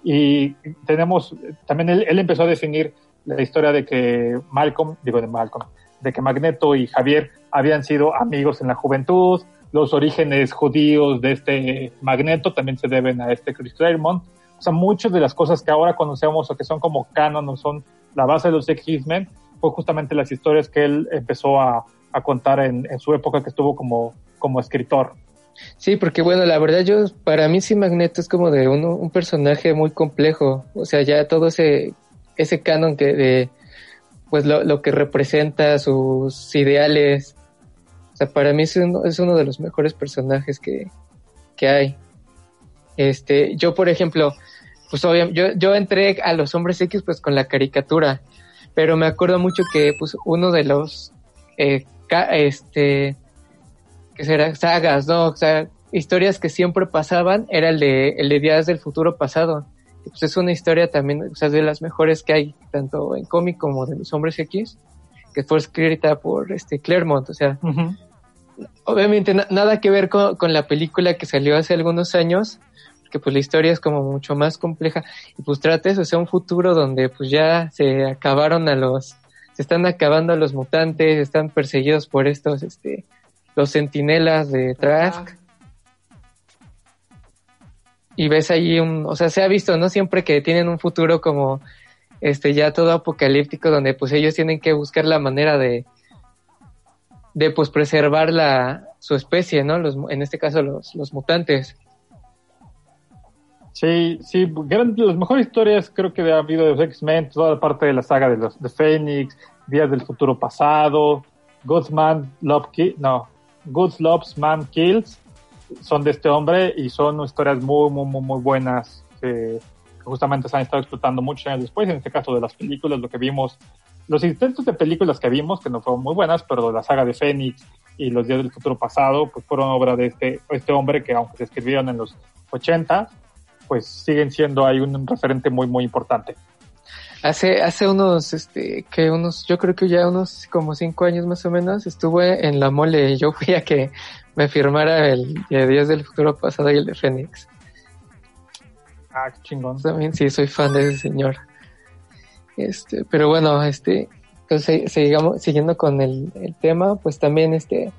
Speaker 7: Y tenemos, también él, él empezó a definir la historia de que Malcolm, digo de Malcolm, de que Magneto y Javier habían sido amigos en la juventud. Los orígenes judíos de este Magneto también se deben a este Chris Claremont. O sea, muchas de las cosas que ahora conocemos o que son como canon o son la base de los X-Men fue justamente las historias que él empezó a, a contar en, en su época que estuvo como, como escritor.
Speaker 10: Sí, porque bueno, la verdad yo, para mí sí Magneto es como de un, un personaje muy complejo. O sea, ya todo ese, ese canon que de, pues lo, lo que representa, sus ideales, O sea, para mí es uno, es uno de los mejores personajes que, que hay. Este, yo, por ejemplo, pues obviamente, yo, yo entré a los Hombres X pues con la caricatura, pero me acuerdo mucho que pues uno de los, eh, ca- este, ¿qué será? Sagas, ¿no? O sea, historias que siempre pasaban, era el de, el de Días del Futuro Pasado. Y pues es una historia también, o sea, de las mejores que hay, tanto en cómic como de los Hombres X, que fue escrita por este Claremont, o sea, uh-huh. Obviamente na- nada que ver con, con la película que salió hace algunos años, que pues la historia es como mucho más compleja, y pues trata eso, o sea, un futuro donde pues ya se acabaron a los, se están acabando a los mutantes, están perseguidos por estos, este, los centinelas de Trask, y ves ahí un, o sea, se ha visto, ¿no? Siempre que tienen un futuro como, este, ya todo apocalíptico, donde pues ellos tienen que buscar la manera de, de pues preservar la, su especie, ¿no? Los, en este caso los, los mutantes.
Speaker 7: Sí, sí, eran las mejores historias creo que ha habido de los X-Men, toda la parte de la saga de los de Phoenix, Días del Futuro Pasado, God's Man Love Ki- no, God's Loves Man Kills, son de este hombre y son historias muy, muy, muy, muy buenas que justamente se han estado explotando muchos años después, en este caso de las películas, lo que vimos, los intentos de películas que vimos, que no fueron muy buenas, pero la saga de Phoenix y los Días del Futuro Pasado, pues fueron obra de este, este hombre que aunque se escribieron en los ochenta, pues siguen siendo ahí un referente muy, muy importante.
Speaker 10: Hace, hace unos, este, que unos, yo creo que ya unos como cinco años más o menos, estuve en la mole y yo fui a que me firmara el de Días del Futuro Pasado y el de Phoenix.
Speaker 7: Ah, qué chingón.
Speaker 10: También sí, soy fan de ese señor. Este, pero bueno, este, pues sigamos, siguiendo con el, el tema, pues también este,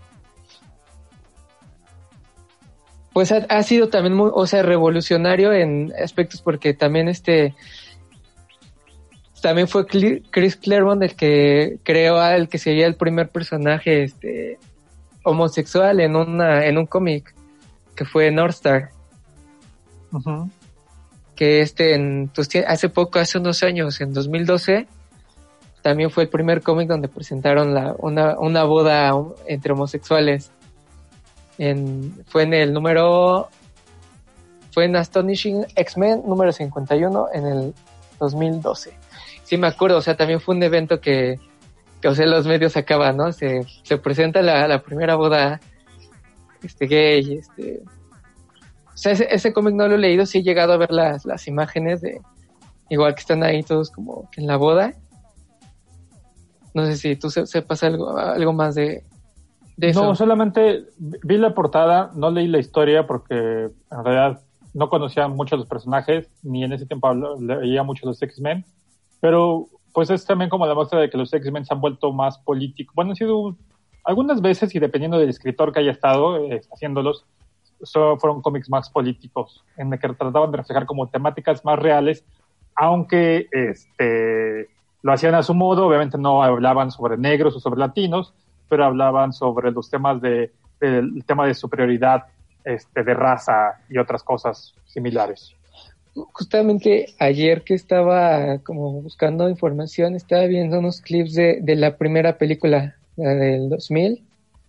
Speaker 10: pues ha, ha sido también muy, o sea, revolucionario en aspectos porque también este, también fue Chris Claremont el que creó al que sería el primer personaje este homosexual en una en un cómic que fue Northstar.
Speaker 7: Uh-huh.
Speaker 10: Que este en pues, hace poco, hace unos años, en dos mil doce, también fue el primer cómic donde presentaron la una una boda entre homosexuales. En fue en el número fue en Astonishing X-Men número cincuenta y uno en el dos mil doce. Sí me acuerdo, o sea, también fue un evento que, que o sea, los medios acaban, ¿no? Se, se presenta la, la primera boda este gay, este... O sea, ese, ese cómic no lo he leído, sí he llegado a ver las, las imágenes de... Igual que están ahí todos como en la boda. No sé si tú se, sepas algo, algo más de, de eso.
Speaker 7: No, solamente vi la portada, no leí la historia porque en realidad no conocía mucho a los personajes, ni en ese tiempo leía mucho los X-Men. Pero pues es también como la muestra de que los X-Men se han vuelto más políticos. Bueno, han sido algunas veces, y dependiendo del escritor que haya estado eh, haciéndolos, so, fueron cómics más políticos, en el que trataban de reflejar como temáticas más reales, aunque este lo hacían a su modo. Obviamente no hablaban sobre negros o sobre latinos, pero hablaban sobre los temas de, de el tema de superioridad este, de raza y otras cosas similares.
Speaker 10: Justamente ayer que estaba como buscando información, estaba viendo unos clips de, de la primera película, la del dos mil.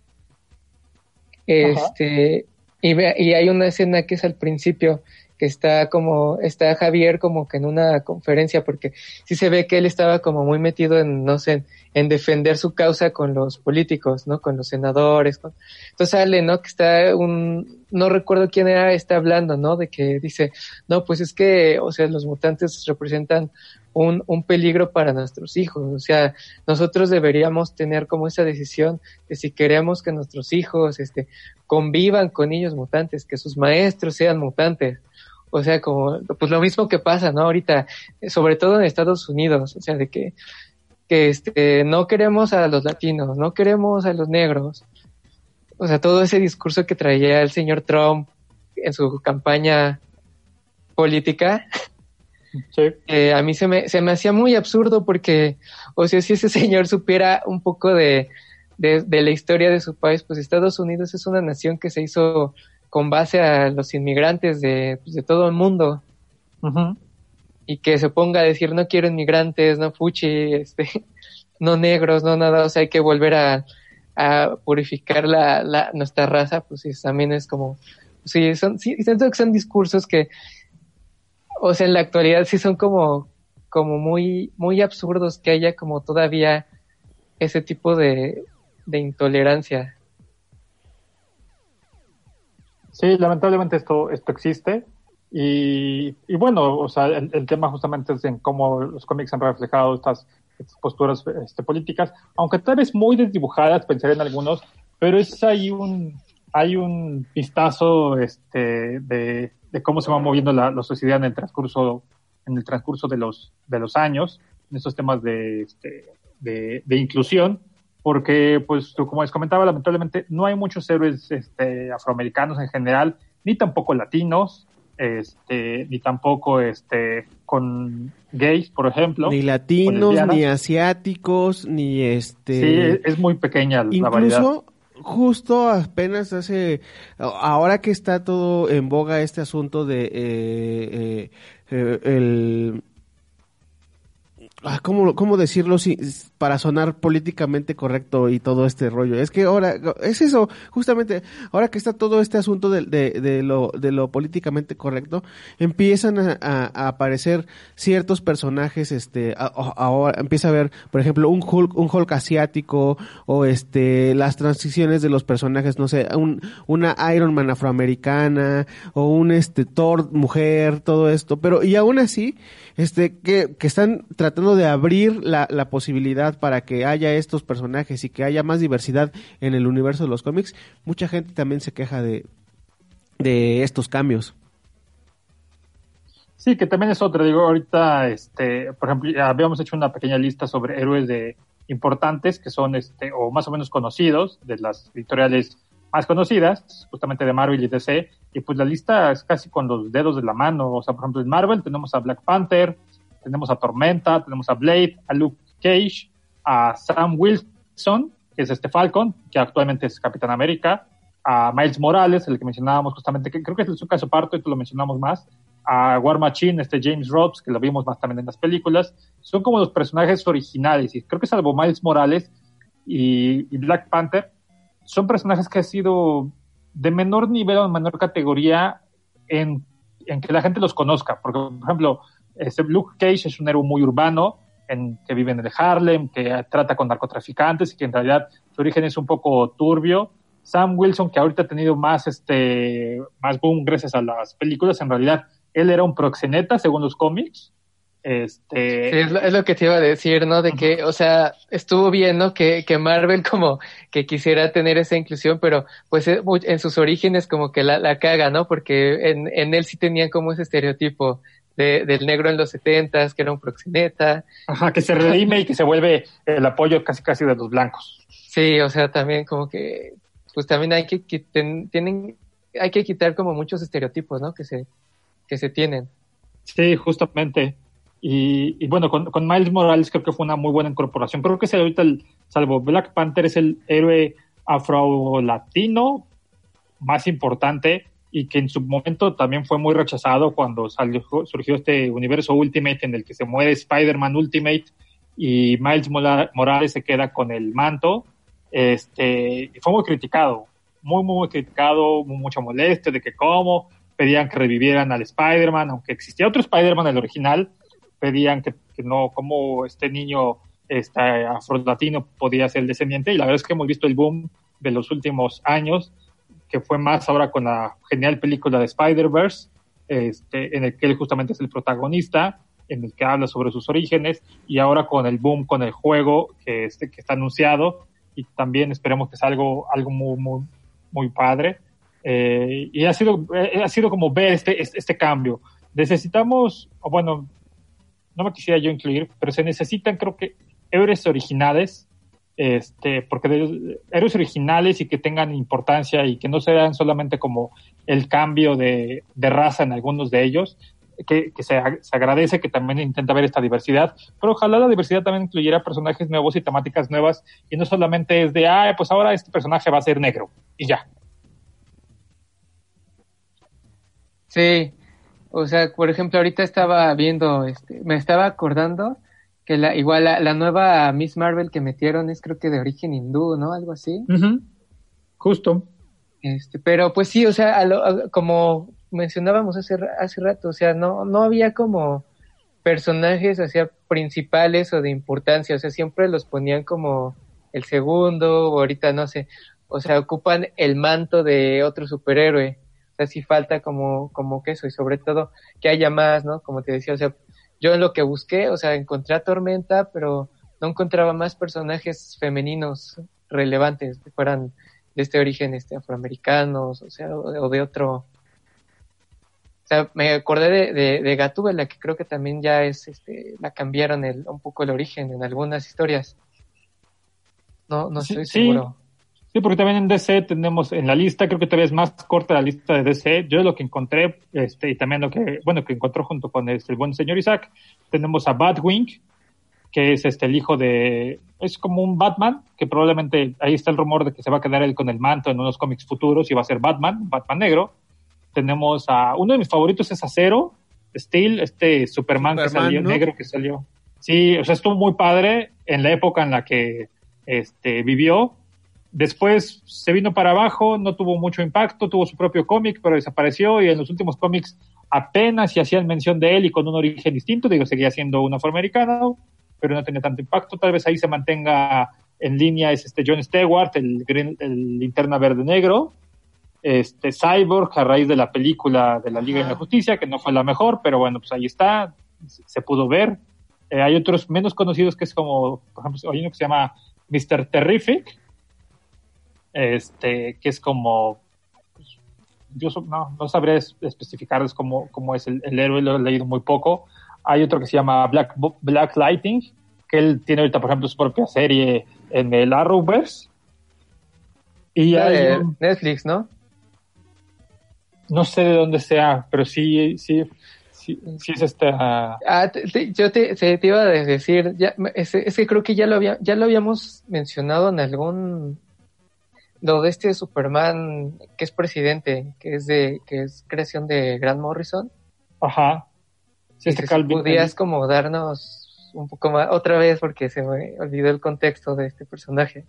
Speaker 10: Este, y, ve, y hay una escena que es al principio, que está como, está Javier como que en una conferencia, porque sí se ve que él estaba como muy metido en, no sé, en, en defender su causa con los políticos, ¿no? Con los senadores. Con... Entonces sale, ¿no? Que está un, no recuerdo quién era, está hablando, ¿no? De que dice, no, pues es que, o sea, los mutantes representan un, un peligro para nuestros hijos. O sea, nosotros deberíamos tener como esa decisión de si queremos que nuestros hijos, este, convivan con niños mutantes, que sus maestros sean mutantes. O sea, como, pues lo mismo que pasa, ¿no? Ahorita, sobre todo en Estados Unidos, o sea, de que, que este, no queremos a los latinos, no queremos a los negros. O sea, todo ese discurso que traía el señor Trump en su campaña política,
Speaker 7: sí.
Speaker 10: eh, a mí se me, se me hacía muy absurdo porque, o sea, si ese señor supiera un poco de, de, de la historia de su país, pues Estados Unidos es una nación que se hizo con base a los inmigrantes de, pues, de todo el mundo.
Speaker 7: Uh-huh.
Speaker 10: Y que se ponga a decir, no quiero inmigrantes, no fuchi, este, no negros, no nada, o sea, hay que volver a, a purificar la, la nuestra raza, pues sí, también es como, sí, son, sí, siento que son discursos que, o sea, en la actualidad sí son como, como muy, muy absurdos que haya como todavía ese tipo de, de intolerancia.
Speaker 7: Sí, lamentablemente esto, esto existe. Y, y bueno, o sea, el, el tema justamente es en cómo los cómics han reflejado estas, estas posturas este, políticas, aunque tal vez muy desdibujadas, pensaré en algunos, pero es ahí un, hay un vistazo este, de, de cómo se va moviendo la, la sociedad en el transcurso, en el transcurso de los, de los años, en estos temas de, este, de, de inclusión, porque, pues, como les comentaba, lamentablemente no hay muchos héroes este, afroamericanos en general, ni tampoco latinos, este, ni tampoco este, con gays, por ejemplo.
Speaker 8: Ni latinos, ni asiáticos, ni este...
Speaker 7: Sí, es, es muy pequeña la
Speaker 8: Incluso,
Speaker 7: variedad.
Speaker 8: justo apenas hace... Ahora que está todo en boga este asunto de... Eh, eh, eh, el... ¿Cómo, cómo decirlo si, para sonar políticamente correcto y todo este rollo? Es que ahora, es eso, justamente, ahora que está todo este asunto de, de, de, lo, de lo políticamente correcto, empiezan a, a, a aparecer ciertos personajes, este, a, a, ahora empieza a haber, por ejemplo, un Hulk, un Hulk asiático, o este, las transiciones de los personajes, no sé, un, una Iron Man afroamericana, o un este Thor mujer, todo esto, pero, y aún así, este, que, que están tratando de abrir la, la posibilidad para que haya estos personajes y que haya más diversidad en el universo de los cómics, mucha gente también se queja de, de estos cambios.
Speaker 7: Sí, que también es otra, digo, ahorita, este, por ejemplo, ya habíamos hecho una pequeña lista sobre héroes de importantes que son, este, o más o menos conocidos, de las editoriales más conocidas, justamente de Marvel y D C, y pues la lista es casi con los dedos de la mano. O sea, por ejemplo, en Marvel tenemos a Black Panther, tenemos a Tormenta, tenemos a Blade, a Luke Cage, a Sam Wilson, que es este Falcon, que actualmente es Capitán América, a Miles Morales, el que mencionábamos justamente, que creo que es su caso parto y tú lo mencionamos más, a War Machine, este James Rhodes, que lo vimos más también en las películas. Son como los personajes originales, y creo que salvo Miles Morales y, y Black Panther, son personajes que han sido de menor nivel o de menor categoría en, en que la gente los conozca. Porque, por ejemplo, este Luke Cage es un héroe muy urbano, en, que vive en el Harlem, que trata con narcotraficantes y que en realidad su origen es un poco turbio. Sam Wilson, que ahorita ha tenido más, este, más boom gracias a las películas, en realidad él era un proxeneta según los cómics. Este...
Speaker 10: Sí, es, lo, es lo que te iba a decir, ¿no? De que, o sea, estuvo bien, ¿no? Que, que Marvel como que quisiera tener esa inclusión, pero pues en sus orígenes como que la, la caga, ¿no? Porque en, en él sí tenían como ese estereotipo de, del negro en los setentas, que era un proxeneta.
Speaker 7: Ajá, que se redime y que se vuelve el apoyo casi casi de los blancos.
Speaker 10: Sí, o sea, también como que, pues también hay que, que ten, tienen, hay que quitar como muchos estereotipos, ¿no? Que se, que se tienen.
Speaker 7: Sí, justamente. Y, y bueno, con, con Miles Morales creo que fue una muy buena incorporación. Creo que es ahorita, el, salvo Black Panther, es el héroe afro-latino más importante y que en su momento también fue muy rechazado cuando salió, surgió este universo Ultimate en el que se muere Spider-Man Ultimate y Miles Morales se queda con el manto. Este, y fue muy criticado, muy, muy, muy criticado, mucha molestia de que cómo pedían que revivieran al Spider-Man, aunque existía otro Spider-Man, el original, pedían que, que no, como este niño este, afro-latino podía ser el descendiente, y la verdad es que hemos visto el boom de los últimos años, que fue más ahora con la genial película de Spider-Verse, este, en el que él justamente es el protagonista, en el que habla sobre sus orígenes, y ahora con el boom, con el juego que, este, que está anunciado, y también esperemos que sea algo, algo muy, muy, muy padre. Eh, y ha sido, eh, ha sido como ver este, este, este cambio. Necesitamos, o bueno, no me quisiera yo incluir, pero se necesitan, creo que, héroes originales, este, porque de, héroes originales y que tengan importancia y que no sean solamente como el cambio de, de raza en algunos de ellos, que, que se, se agradece que también intenta ver esta diversidad, pero ojalá la diversidad también incluyera personajes nuevos y temáticas nuevas, y no solamente es de, ah, pues ahora este personaje va a ser negro, y ya.
Speaker 10: Sí. O sea, por ejemplo, ahorita estaba viendo, este, me estaba acordando Que la, igual la, la nueva Miss Marvel que metieron es creo que de origen hindú, ¿no? Algo así.
Speaker 7: Uh-huh. Justo.
Speaker 10: Este, pero pues sí, o sea, a lo, a, como mencionábamos hace, hace rato, o sea, no, no había como personajes, o sea, principales o de importancia, o sea, siempre los ponían como el segundo, o ahorita no sé, o sea, ocupan el manto de otro superhéroe, o sea, sí falta como, como que eso, y sobre todo que haya más, ¿no? Como te decía, o sea, yo en lo que busqué, o sea, encontré a Tormenta, pero no encontraba más personajes femeninos relevantes que fueran de este origen este afroamericanos, o sea, o de, o de otro. O sea, me acordé de, de, de Gatúbela, que creo que también ya es, este, la cambiaron el, un poco el origen en algunas historias. No, no
Speaker 7: sí,
Speaker 10: estoy
Speaker 7: sí.
Speaker 10: seguro.
Speaker 7: Sí, porque también en D C tenemos en la lista, creo que todavía es más corta la lista de D C. Yo lo que encontré, este, y también lo que, bueno, que encontró junto con este, el buen señor Isaac, tenemos a Batwing, que es este el hijo de, es como un Batman, que probablemente ahí está el rumor de que se va a quedar él con el manto en unos cómics futuros y va a ser Batman, Batman negro. Tenemos a, uno de mis favoritos es Acero, Steel, este Superman, Superman que salió, ¿no? Negro que salió. Sí, o sea, estuvo muy padre en la época en la que este vivió. Después se vino para abajo, no tuvo mucho impacto, tuvo su propio cómic, pero desapareció, y en los últimos cómics apenas si hacían mención de él y con un origen distinto, digo, seguía siendo un afroamericano, pero no tenía tanto impacto. Tal vez ahí se mantenga en línea es este John Stewart, el, green, el Linterna Verde Negro, este Cyborg a raíz de la película de la Liga de la Justicia, que no fue la mejor, pero bueno, pues ahí está, se pudo ver. Eh, hay otros menos conocidos que es como, por ejemplo, hay uno que se llama mister Terrific, este, que es como, pues, yo no, no sabría especificarles cómo, cómo es el, el héroe, lo he leído muy poco. Hay otro que se llama Black, Black Lightning, que él tiene ahorita, por ejemplo, su propia serie en el Arrowverse. Y
Speaker 10: hay
Speaker 7: de
Speaker 10: un, Netflix, ¿no?
Speaker 7: No sé de dónde sea, pero sí, sí, sí, sí es esta. Uh...
Speaker 10: Ah, te, te, yo te, te, te iba a decir, ya, es, es que creo que ya lo había, ya lo habíamos mencionado en algún, lo de este Superman que es presidente, que es de, que es creación de Grant Morrison.
Speaker 7: Ajá.
Speaker 10: Sí, este si podías como darnos un poco más, otra vez, porque se me olvidó el contexto de este personaje.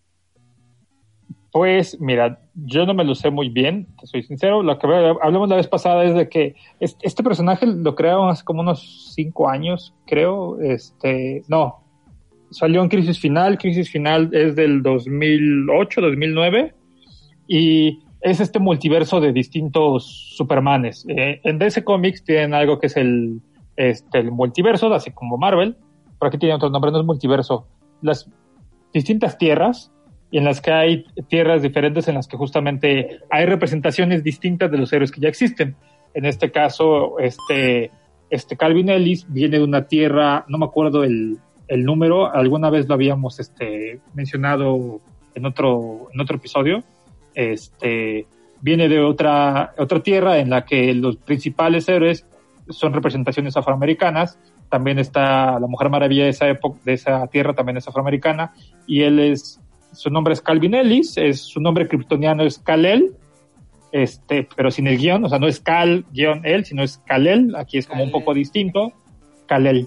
Speaker 7: Pues, mira, yo no me lo sé muy bien, te soy sincero. Lo que hablamos la vez pasada es de que este, este personaje lo crearon hace como unos cinco años, creo. Este, no, salió en Crisis Final. Crisis Final es del dos mil ocho, dos mil nueve, y es este multiverso de distintos Supermanes. Eh, en D C Comics tienen algo que es el, este, el multiverso, así como Marvel, pero aquí tiene otro nombre, no es multiverso. Las distintas tierras, y en las que hay tierras diferentes en las que justamente hay representaciones distintas de los héroes que ya existen. En este caso, este, este Calvin Ellis viene de una tierra, no me acuerdo el, el número, alguna vez lo habíamos este, mencionado en otro, en otro episodio. Este, viene de otra, otra tierra en la que los principales héroes son representaciones afroamericanas. También está la Mujer Maravilla de esa época, de esa tierra, también es afroamericana, y él es, su nombre es Calvin Ellis, es, su nombre kryptoniano es Kal-El, este, pero sin el guión, o sea, no es Kal-El, sino es Kal-El, aquí es como Kal-El. Un poco distinto, Kal-El.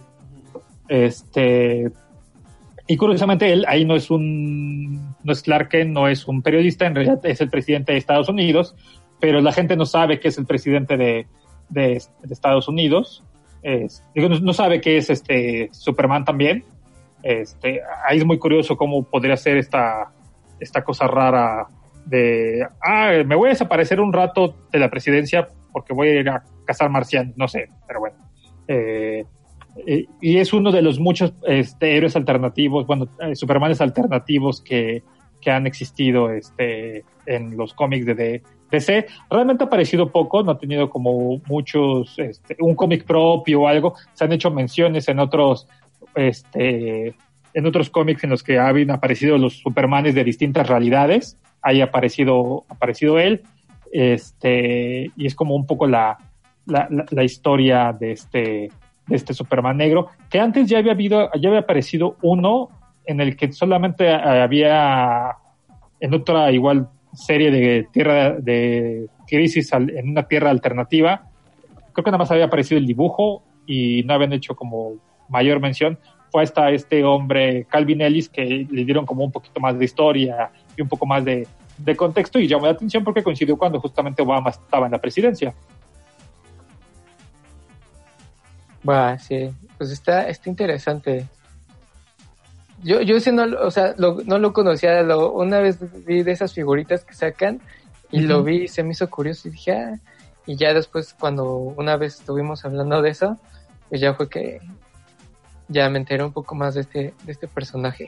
Speaker 7: Este, y curiosamente él ahí no es un, no es Clark Kent, no es un periodista, en realidad es el presidente de Estados Unidos, pero la gente no sabe que es el presidente de, de, de Estados Unidos, es, digo, no, no sabe que es este Superman también. Este, ahí es muy curioso cómo podría ser esta, esta cosa rara de, ah, me voy a desaparecer un rato de la presidencia porque voy a ir a cazar marcianos, no sé, pero bueno. Eh, y, y es uno de los muchos este, héroes alternativos, bueno, eh, Supermanes alternativos que, que han existido este, en los cómics de, de D C. Realmente ha aparecido poco, no ha tenido como muchos, este, un cómic propio o algo. Se han hecho menciones en otros este en otros cómics en los que habían aparecido los Supermanes de distintas realidades. Ahí ha aparecido, aparecido él, este, y es como un poco la, la, la, la historia de este, de este Superman negro, que antes ya había habido, ya había aparecido uno en el que solamente había, en otra igual serie de tierra de crisis en una tierra alternativa, creo que nada más había aparecido el dibujo y no habían hecho como mayor mención. fue hasta este hombre Calvin Ellis que le dieron como un poquito más de historia y un poco más de, de contexto, y llamó la atención porque coincidió cuando justamente Obama estaba en la presidencia.
Speaker 10: Bah, sí, pues está, está interesante. Yo, yo ese no, o sea, lo, no lo conocía, lo, una vez vi de esas figuritas que sacan y uh-huh. lo vi y se me hizo curioso y dije, ah, y ya después cuando una vez estuvimos hablando de eso, pues ya fue que ya me enteré un poco más de este, de este personaje.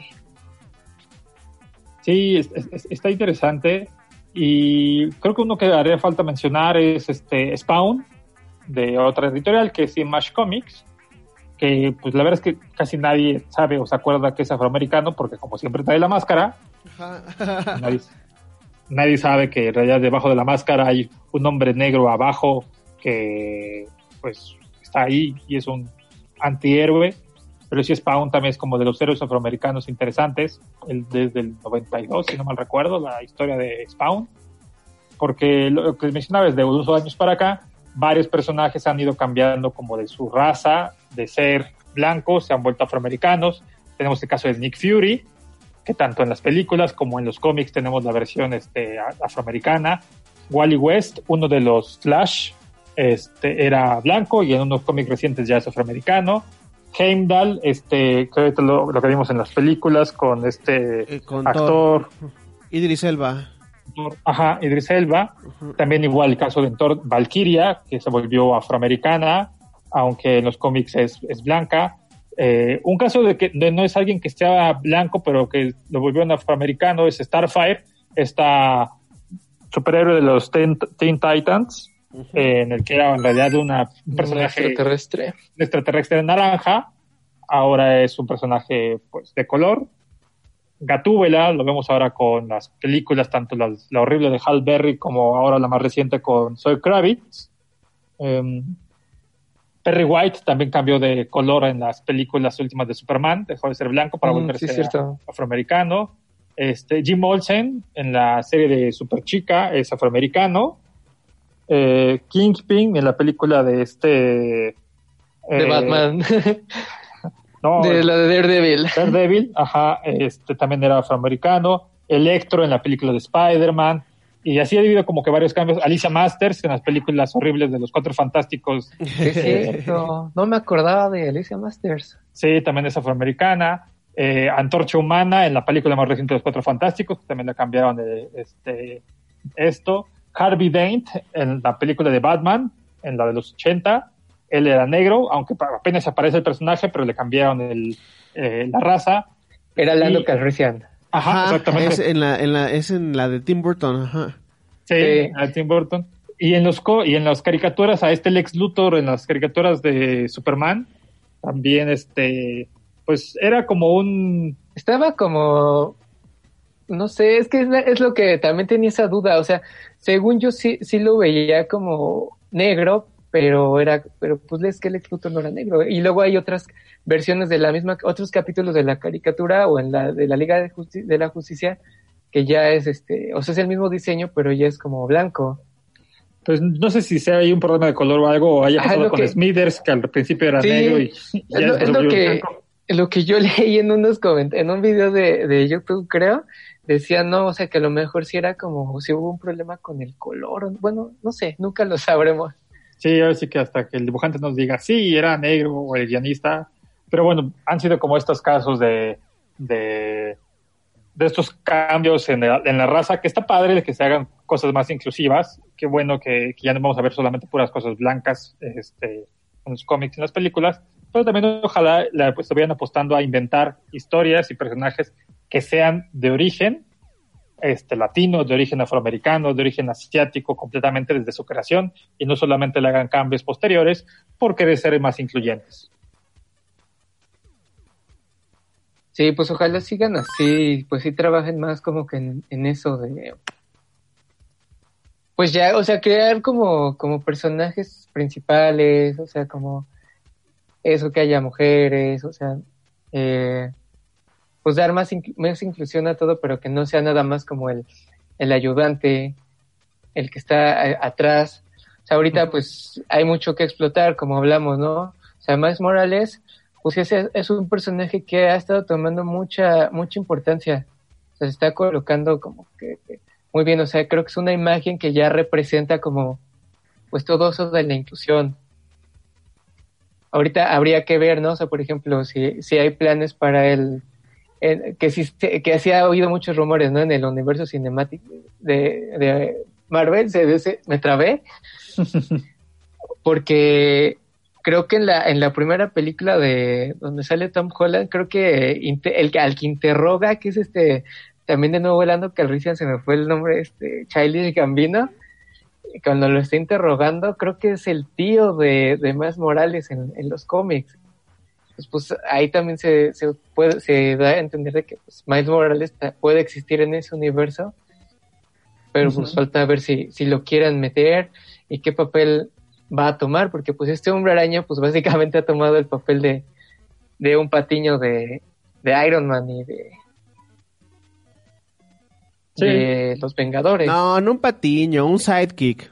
Speaker 7: Sí, es, es, está interesante, y creo que uno que haría falta mencionar es este Spawn, de otra editorial que es Image Comics, que pues la verdad es que casi nadie sabe o se acuerda que es afroamericano, porque como siempre trae la máscara, nadie, nadie sabe que en realidad debajo de la máscara hay un hombre negro abajo que pues está ahí y es un antihéroe. Pero sí, Spawn también es como de los héroes afroamericanos interesantes, el, desde el noventa y dos, si no mal recuerdo, la historia de Spawn, porque lo que mencionaba es de unos años para acá, varios personajes han ido cambiando como de su raza, de ser blancos, se han vuelto afroamericanos. Tenemos el caso de Nick Fury, que tanto en las películas como en los cómics tenemos la versión este, afroamericana. Wally West, uno de los Flash, este, era blanco y en unos cómics recientes ya es afroamericano. Heimdall, este, que lo, lo que vimos en las películas con este
Speaker 8: eh, con
Speaker 7: actor
Speaker 8: Thor. Idris Elba.
Speaker 7: Ajá, Idris Elba. Uh-huh. También igual el caso de Thor, Valkyria, que se volvió afroamericana, aunque en los cómics es, es blanca. Eh, un caso de que de, no es alguien que estaba blanco, pero que lo volvió un afroamericano, es Starfire, esta superhéroe de los Teen, Teen Titans. Uh-huh. eh, en el que era en realidad una, un personaje
Speaker 10: un extraterrestre.
Speaker 7: Un extraterrestre naranja, ahora es un personaje pues de color. Gatúbela, lo vemos ahora con las películas, tanto la, la horrible de Halle Berry como ahora la más reciente con Zoe Kravitz. Um, Perry White también cambió de color en las películas últimas de Superman, dejó de ser blanco para mm, volverse sí, afroamericano. Este, Jim Olsen en la serie de Superchica es afroamericano. Eh, Kingpin en la película de este
Speaker 10: de eh, Batman
Speaker 7: no,
Speaker 10: de la de Daredevil
Speaker 7: Daredevil, ajá, este también era afroamericano. Electro en la película de Spider-Man, y así ha habido como que varios cambios. Alicia Masters en las películas horribles de los Cuatro Fantásticos.
Speaker 10: Sí, cierto. No me acordaba de Alicia Masters.
Speaker 7: Sí, también es afroamericana. eh, Antorcha Humana en la película más reciente de los Cuatro Fantásticos, que también la cambiaron de este esto. Harvey Dent en la película de Batman, en la de los ochenta, él era negro, aunque apenas aparece el personaje, pero le cambiaron el, eh, la raza.
Speaker 10: Era Lando Calrissian.
Speaker 7: Ajá,
Speaker 8: ajá,
Speaker 7: exactamente.
Speaker 8: Es en, la, en la, es en la de Tim Burton, ajá.
Speaker 7: Sí, sí. A Tim Burton. Y en los co- y en las caricaturas, a este Lex Luthor, en las caricaturas de Superman, también este, pues era como un...
Speaker 10: Estaba como... No sé, es que es, es lo que también tenía esa duda, o sea, según yo sí, sí lo veía como negro, pero era, pero pues es que Lex Luthor no era negro, y luego hay otras versiones de la misma, otros capítulos de la caricatura o en la de la Liga de, Justi- de la Justicia, que ya es este, o sea, es el mismo diseño, pero ya es como blanco.
Speaker 7: Pues no sé si sea ahí un problema de color o algo, o haya pasado ah, con que... Smithers, que al principio era sí, negro y, y
Speaker 10: ya es lo, es lo que blanco. Lo que yo leí en unos coment- en un video de, de YouTube, creo, decía, no, o sea, que a lo mejor sí era como si hubo un problema con el color. Bueno, no sé, nunca lo sabremos.
Speaker 7: Sí, ahora sí que hasta que el dibujante nos diga, sí, era negro, o el guionista. Pero bueno, han sido como estos casos de de, de estos cambios en la, en la raza, que está padre de que se hagan cosas más inclusivas. Qué bueno que, que ya no vamos a ver solamente puras cosas blancas este, en los cómics y en las películas. Pero también ojalá la, pues, estuvieran apostando a inventar historias y personajes que sean de origen este, latino, de origen afroamericano, de origen asiático, completamente desde su creación, y no solamente le hagan cambios posteriores por querer ser más incluyentes.
Speaker 10: Sí, pues ojalá sigan así, pues sí trabajen más como que en, en eso de... Pues ya, o sea, crear como, como personajes principales, o sea, como... eso, que haya mujeres, o sea, eh, pues dar más, inc- más inclusión a todo, pero que no sea nada más como el, el ayudante, el que está a- atrás. O sea, ahorita pues hay mucho que explotar, como hablamos, ¿no? O sea, Miles Morales, pues ese es un personaje que ha estado tomando mucha mucha importancia. O sea, se está colocando como que, que muy bien, o sea, creo que es una imagen que ya representa como pues todo eso de la inclusión. Ahorita habría que ver, ¿no? O sea, por ejemplo, si, si hay planes para el, el que sí que sí ha oído muchos rumores, ¿no? En el universo cinemático de, de Marvel, se, se, me trabé, porque creo que en la en la primera película de donde sale Tom Holland, creo que el al que interroga, que es este también de nuevo Lando Calrissian, se me fue el nombre, este Childish Gambino, cuando lo está interrogando, creo que es el tío de, de Miles Morales en, en los cómics. Pues, pues ahí también se se puede se da a entender de que pues, Miles Morales puede existir en ese universo, pero uh-huh. pues falta ver si si lo quieran meter y qué papel va a tomar, porque pues este Hombre Araña pues básicamente ha tomado el papel de, de un patiño de, de Iron Man y de, sí. de los Vengadores.
Speaker 8: No, no un patiño, un sidekick.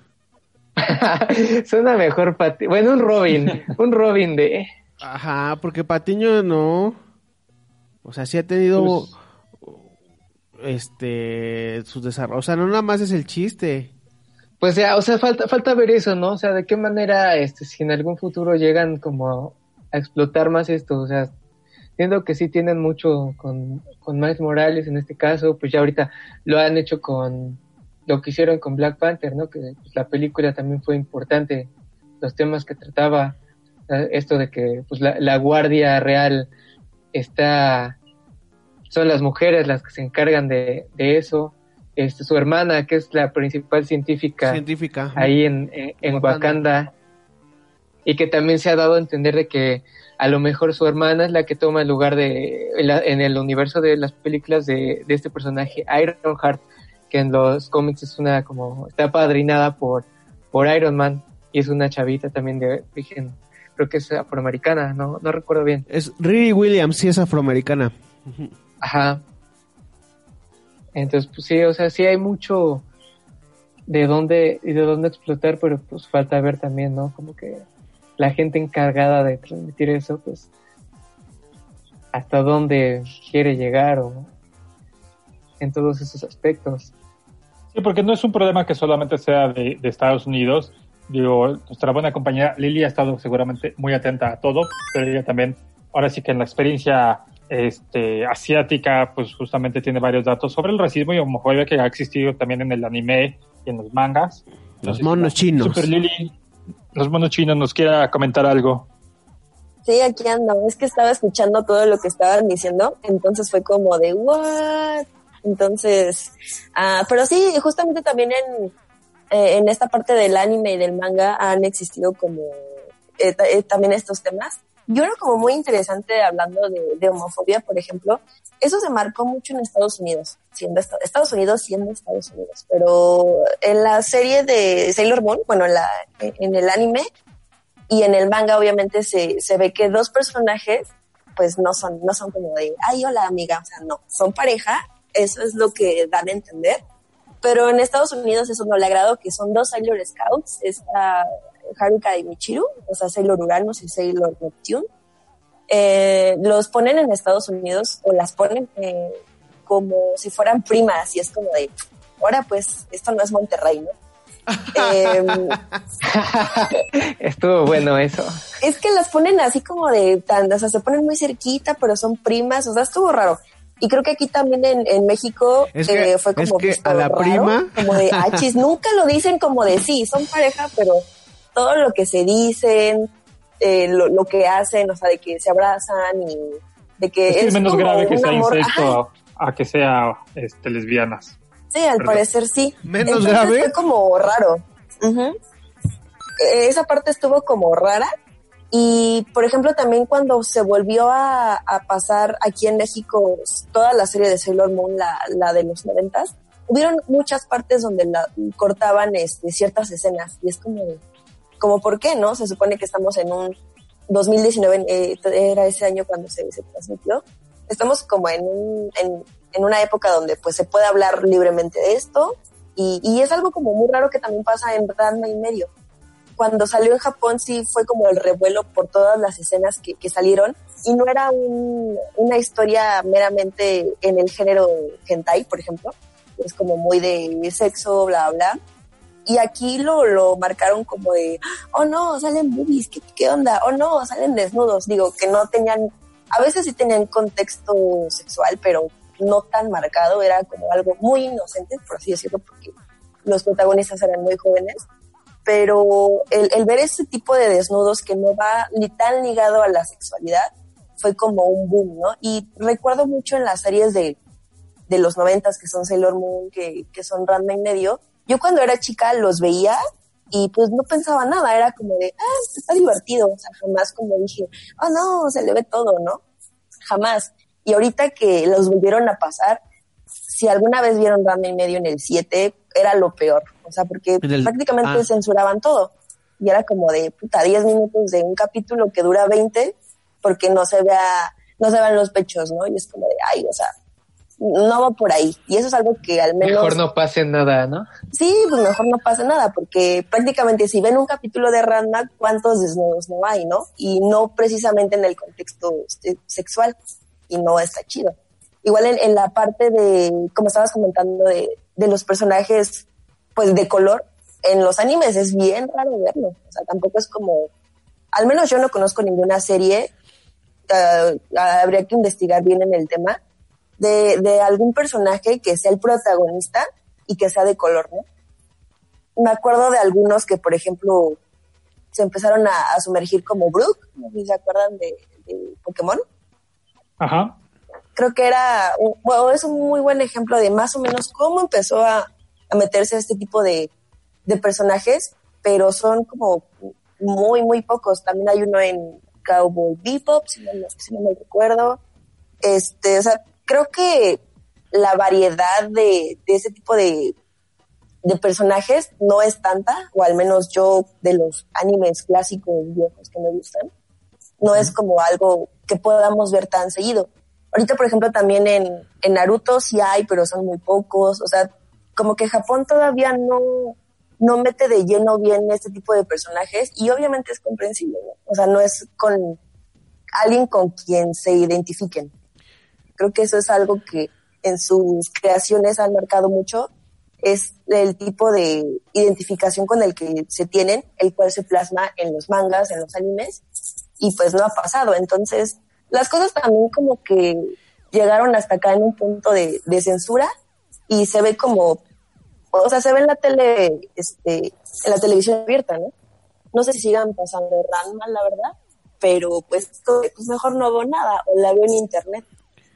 Speaker 10: Suena mejor patiño, bueno, un Robin, un Robin de...
Speaker 8: Ajá, porque patiño no, o sea, sí ha tenido pues... este, sus desarrollos, o sea, no nada más es el chiste.
Speaker 10: Pues ya, o sea, falta falta ver eso, ¿no? O sea, de qué manera, este, si en algún futuro llegan como a explotar más esto, o sea, entiendo que sí tienen mucho con, con Miles Morales en este caso, pues ya ahorita lo han hecho con lo que hicieron con Black Panther, ¿no? Que pues, la película también fue importante, los temas que trataba, esto de que pues la, la Guardia Real está, son las mujeres las que se encargan de, de eso. Este, su hermana, que es la principal científica,
Speaker 8: científica.
Speaker 10: ahí en, en, en Wakanda. Wakanda, y que también se ha dado a entender de que a lo mejor su hermana es la que toma el lugar de en, la, en el universo de las películas de, de este personaje, Ironheart, que en los cómics es una como, está padrinada por, por Iron Man, y es una chavita también de origen, creo que es afroamericana, no, no recuerdo bien.
Speaker 8: Es Riri Williams, sí es afroamericana.
Speaker 10: Ajá. Entonces, pues sí, o sea, sí hay mucho de dónde y de dónde explotar, pero pues falta ver también, ¿no? Como que la gente encargada de transmitir eso, pues hasta dónde quiere llegar o en todos esos aspectos.
Speaker 7: Sí, porque no es un problema que solamente sea de, de Estados Unidos. Digo, nuestra buena compañera Lili ha estado seguramente muy atenta a todo, pero ella también, ahora sí que en la experiencia este asiática, pues justamente tiene varios datos sobre el racismo y homofobia que ha existido también en el anime y en los mangas.
Speaker 8: Los monos chinos.
Speaker 7: Super Lili, los monos chinos, ¿nos quiera comentar algo?
Speaker 9: Sí, aquí ando. Es que estaba escuchando todo lo que estaban diciendo, entonces fue como de ¿what? Entonces, ah, pero sí, justamente también en, eh, en esta parte del anime y del manga han existido como eh, eh, también estos temas. Y uno como muy interesante hablando de, de homofobia, por ejemplo, eso se marcó mucho en Estados Unidos, siendo est- Estados Unidos siendo Estados Unidos, pero en la serie de Sailor Moon, bueno, en, la, en el anime y en el manga obviamente se, se ve que dos personajes pues no son, no son como de, ay, hola amiga, o sea, no, son pareja, eso es lo que dan a entender, pero en Estados Unidos eso no le agradó, que son dos Sailor Scouts, esta Haruka y Michiru, o sea, Sailor Uranus y Sailor Neptune, eh, los ponen en Estados Unidos, o las ponen eh, como si fueran primas, y es como de, ahora pues, esto no es Monterrey, ¿no? eh,
Speaker 10: Estuvo bueno eso.
Speaker 9: Es que las ponen así como de, tan, o sea, se ponen muy cerquita, pero son primas, o sea, estuvo raro. Y creo que aquí también en, en México
Speaker 8: es que,
Speaker 9: eh, fue como
Speaker 8: es que a la
Speaker 9: raro,
Speaker 8: prima
Speaker 9: como de achis, nunca lo dicen como de sí, son pareja, pero todo lo que se dicen, eh, lo, lo que hacen, o sea, de que se abrazan y de que
Speaker 7: es,
Speaker 9: es,
Speaker 7: es menos
Speaker 9: como
Speaker 7: grave que
Speaker 9: un
Speaker 7: sea
Speaker 9: amor,
Speaker 7: incesto a, a que sea este, lesbianas.
Speaker 9: Sí, al
Speaker 7: Perdón.
Speaker 9: parecer sí.
Speaker 8: Menos
Speaker 9: Entonces
Speaker 8: grave.
Speaker 9: fue como raro. Uh-huh. Esa parte estuvo como rara. Y, por ejemplo, también cuando se volvió a, a pasar aquí en México toda la serie de Sailor Moon, la, la de los noventas, hubieron muchas partes donde la, cortaban este, ciertas escenas. Y es como, como, ¿por qué, no? Se supone que estamos en un dos mil diecinueve, eh, era ese año cuando se, se transmitió. Estamos como en, un, en, en una época donde pues se puede hablar libremente de esto. Y, y es algo como muy raro que también pasa en Ranma y medio. cuando salió en Japón sí fue como el revuelo por todas las escenas que, que salieron, y no era un, una historia meramente en el género hentai, por ejemplo, es como muy de sexo, bla, bla, y aquí lo, lo marcaron como de, oh no, salen boobies, ¿qué, qué onda? Oh no, salen desnudos, digo, que no tenían, a veces sí tenían contexto sexual, pero no tan marcado, era como algo muy inocente, por así decirlo, porque los protagonistas eran muy jóvenes, pero el, el ver ese tipo de desnudos que no va ni tan ligado a la sexualidad fue como un boom, ¿no? Y recuerdo mucho en las series de, de los noventas, que son Sailor Moon, que, que son Ranma y medio, yo cuando era chica los veía y pues no pensaba nada, era como de, ah, está divertido, o sea, jamás como dije, oh no, se le ve todo, ¿no? Jamás. Y ahorita que los volvieron a pasar, si alguna vez vieron Ranma y medio en el siete, era lo peor. O sea, porque el, prácticamente ah. censuraban todo. Y era como de, puta, diez minutos de un capítulo que dura veinte, porque no se vea, no se vean los pechos, ¿no? Y es como de, ay, o sea, no va por ahí. Y eso es algo que al menos...
Speaker 10: Mejor no pase nada, ¿no?
Speaker 9: Sí, pues mejor no pase nada, porque prácticamente si ven un capítulo de Ranma, ¿cuántos desnudos no hay, no? Y no precisamente en el contexto sexual. Y no está chido. Igual en, en la parte de, como estabas comentando, de, de los personajes, pues de color, en los animes es bien raro verlo. O sea, tampoco es como, al menos yo no conozco ninguna serie, uh, habría que investigar bien en el tema, de, de algún personaje que sea el protagonista y que sea de color, ¿no? Me acuerdo de algunos que, por ejemplo, se empezaron a, a sumergir como Brook, no sé si se acuerdan de, de Pokémon.
Speaker 7: Ajá.
Speaker 9: Creo que era, un, bueno, es un muy buen ejemplo de más o menos cómo empezó a, a meterse este tipo de, de personajes, pero son como muy, muy pocos. También hay uno en Cowboy Bebop, si no, si no me recuerdo. Este, o sea, creo que la variedad de, de ese tipo de, de personajes no es tanta, o al menos yo de los animes clásicos viejos que me gustan, no es como algo que podamos ver tan seguido. Ahorita, por ejemplo, también en, en Naruto sí hay, pero son muy pocos. O sea, como que Japón todavía no, no mete de lleno bien este tipo de personajes, y obviamente es comprensible, ¿no? O sea, no es con alguien con quien se identifiquen. Creo que eso es algo que en sus creaciones han marcado mucho, es el tipo de identificación con el que se tienen, el cual se plasma en los mangas, en los animes, y pues no ha pasado. Entonces, las cosas también como que llegaron hasta acá en un punto de, de censura, y se ve como, o sea, se ve en la tele, este, en la televisión abierta, ¿no? No sé si sigan pasando Ranma, la verdad, pero pues, pues mejor no veo nada, o la veo en internet.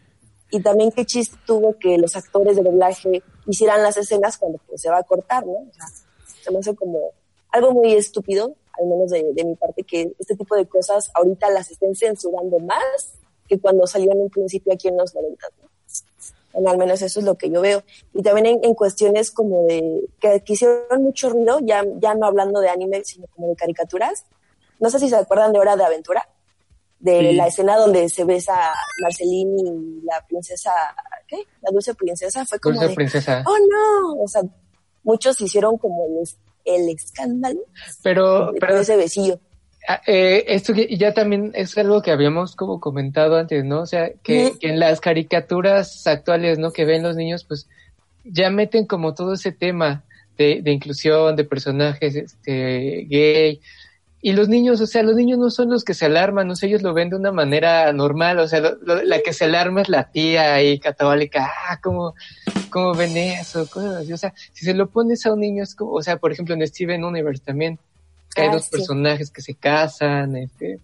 Speaker 9: Y también qué chiste tuvo que los actores de doblaje hicieran las escenas cuando pues, se va a cortar, ¿no? O sea, se me hace como algo muy estúpido, al menos de, de mi parte, que este tipo de cosas ahorita las estén censurando más que cuando salió en un principio aquí en los noventa, ¿no? Bueno, al menos eso es lo que yo veo. Y también en, en cuestiones como de que, que hicieron mucho ruido, ya, ya no hablando de anime, sino como de caricaturas. No sé si se acuerdan de Hora de Aventura, de sí. La escena donde se besa Marceline y la princesa, ¿qué? La dulce princesa, fue como
Speaker 10: dulce
Speaker 9: de,
Speaker 10: princesa.
Speaker 9: oh no, o sea, muchos hicieron como el, el escándalo
Speaker 10: pero,
Speaker 9: de,
Speaker 10: pero
Speaker 9: de ese besillo.
Speaker 10: Eh, esto ya también es algo que habíamos como comentado antes, ¿no? O sea, que, que en las caricaturas actuales, ¿no? Que ven los niños, pues ya meten como todo ese tema de, de inclusión, de personajes este gay. Y los niños, o sea, los niños no son los que se alarman, o sea, ellos lo ven de una manera normal, o sea, lo, lo, la que se alarma es la tía ahí catabólica, ah, ¿cómo, cómo ven eso? Cosas así, o sea, si se lo pones a un niño es como, o sea, por ejemplo, en Steven Universe también, hay ah, dos sí. personajes que se casan, este,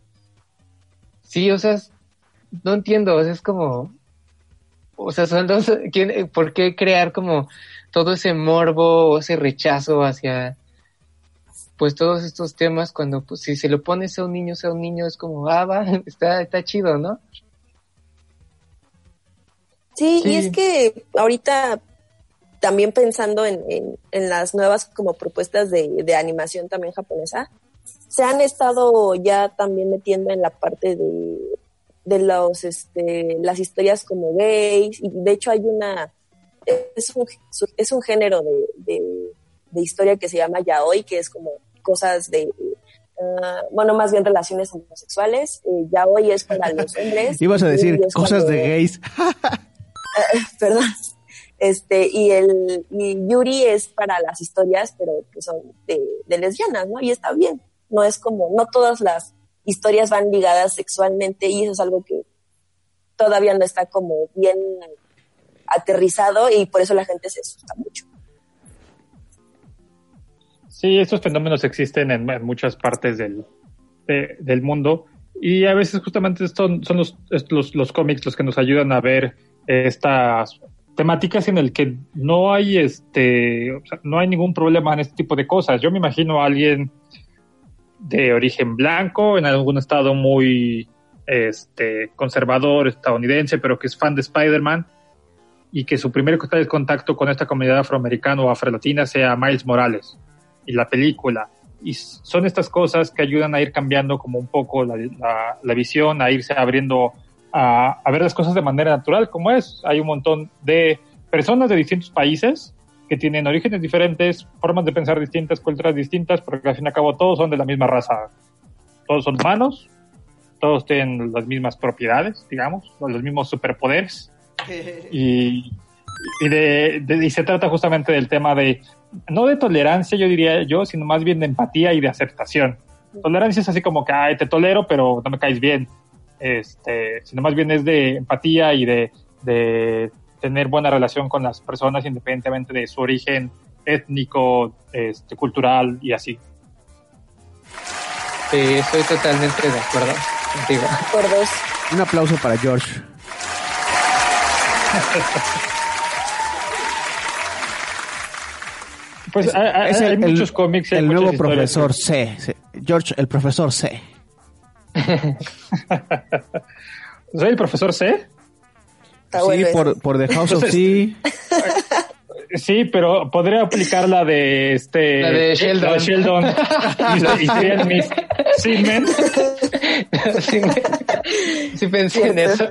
Speaker 10: sí, o sea, no entiendo, o sea, es como, o sea, son dos, ¿quién, ¿por qué crear como todo ese morbo o ese rechazo hacia, pues, todos estos temas cuando, pues, si se lo pones a un niño, a un niño es como, ah, va, está, está chido, ¿no?
Speaker 9: Sí, sí, y es que ahorita también pensando en, en, en las nuevas como propuestas de, de animación también japonesa, se han estado ya también metiendo en la parte de, de los, este, las historias como gays, y de hecho hay una, es un, es un género de, de, de historia que se llama yaoi, que es como cosas de, uh, bueno, más bien relaciones homosexuales. Eh, ya hoy es para los hombres.
Speaker 8: Ibas a decir cosas
Speaker 9: cuando,
Speaker 8: de gays.
Speaker 9: uh, perdón. Este, y el y Yuri es para las historias, pero que son de, de lesbianas, ¿no? Y está bien. No es como, no todas las historias van ligadas sexualmente, y eso es algo que todavía no está como bien aterrizado, y por eso la gente se asusta mucho.
Speaker 7: Sí, estos fenómenos existen en, en muchas partes del, de, del mundo, y a veces justamente son, son los, los, los cómics los que nos ayudan a ver estas temáticas en el que no hay este, o sea, no hay ningún problema en este tipo de cosas. Yo me imagino a alguien de origen blanco en algún estado muy este conservador estadounidense, pero que es fan de Spider-Man, y que su primer contacto con esta comunidad afroamericana o afrolatina sea Miles Morales y la película. Y son estas cosas que ayudan a ir cambiando como un poco la, la, la visión, a irse abriendo a, a ver las cosas de manera natural, como es. Hay un montón de personas de distintos países que tienen orígenes diferentes, formas de pensar distintas, culturas distintas, porque al fin y al cabo todos son de la misma raza. Todos son humanos, todos tienen las mismas propiedades, digamos, los mismos superpoderes. Y, y, de, de, y se trata justamente del tema de, no de tolerancia, yo diría yo, sino más bien de empatía y de aceptación. Tolerancia es así como que, ay, te tolero, pero no me caes bien. Este, sino más bien es de empatía y de, de tener buena relación con las personas independientemente de su origen étnico, este, cultural y así.
Speaker 10: Sí, estoy totalmente de acuerdo contigo.
Speaker 9: Por dos.
Speaker 8: Un aplauso para George.
Speaker 7: Pues
Speaker 8: es,
Speaker 7: hay,
Speaker 8: es
Speaker 7: hay
Speaker 8: el,
Speaker 7: muchos cómics.
Speaker 8: El nuevo profesor
Speaker 7: que...
Speaker 8: C. C. George, el profesor C.
Speaker 7: ¿Soy el profesor C?
Speaker 8: Sí, bueno por, por The House of C.
Speaker 7: Sí, pero podría aplicar la de este.
Speaker 10: La de Sheldon.
Speaker 7: La de Sheldon. y, y serían mis Seamen.
Speaker 10: Sí, sí pensé en eso.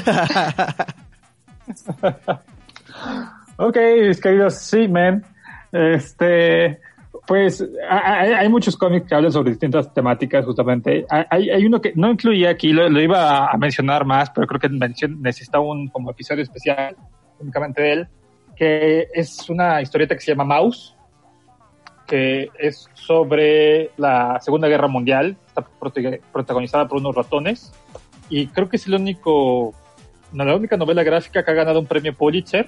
Speaker 7: Ok, mis queridos Seamen. Este. Pues hay, hay muchos cómics que hablan sobre distintas temáticas, justamente. Hay, hay uno que no incluía aquí, lo, lo iba a mencionar más, pero creo que necesita un como episodio especial únicamente de él, que es una historieta que se llama Mouse, que es sobre la Segunda Guerra Mundial. Está protagonizada por unos ratones, y creo que es el único, no, la única novela gráfica que ha ganado un premio Pulitzer.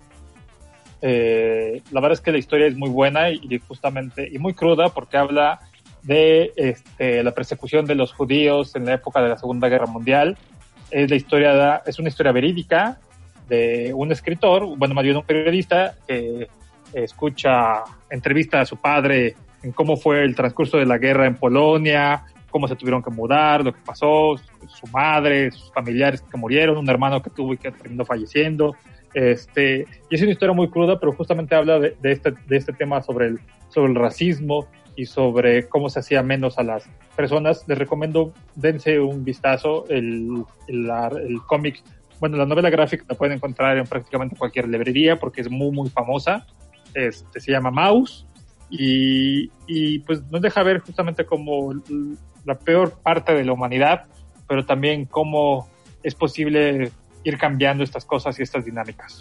Speaker 7: Eh, la verdad es que la historia es muy buena y, y justamente y muy cruda, porque habla de este, la persecución de los judíos en la época de la Segunda Guerra Mundial. Es la historia, es una historia verídica de un escritor, bueno, más bien un periodista que escucha, entrevista a su padre en cómo fue el transcurso de la guerra en Polonia, cómo se tuvieron que mudar, lo que pasó, su madre, sus familiares que murieron, un hermano que tuvo y que terminó falleciendo. Este, y es una historia muy cruda, pero justamente habla de, de, este, de este tema sobre el, sobre el racismo y sobre cómo se hacía menos a las personas. Les recomiendo, dense un vistazo. El, el, la, el cómic, bueno, la novela gráfica la pueden encontrar en prácticamente cualquier librería porque es muy, muy famosa. Este, se llama Mouse, y, y pues nos deja ver justamente como la peor parte de la humanidad, pero también cómo es posible ir cambiando estas cosas y estas dinámicas.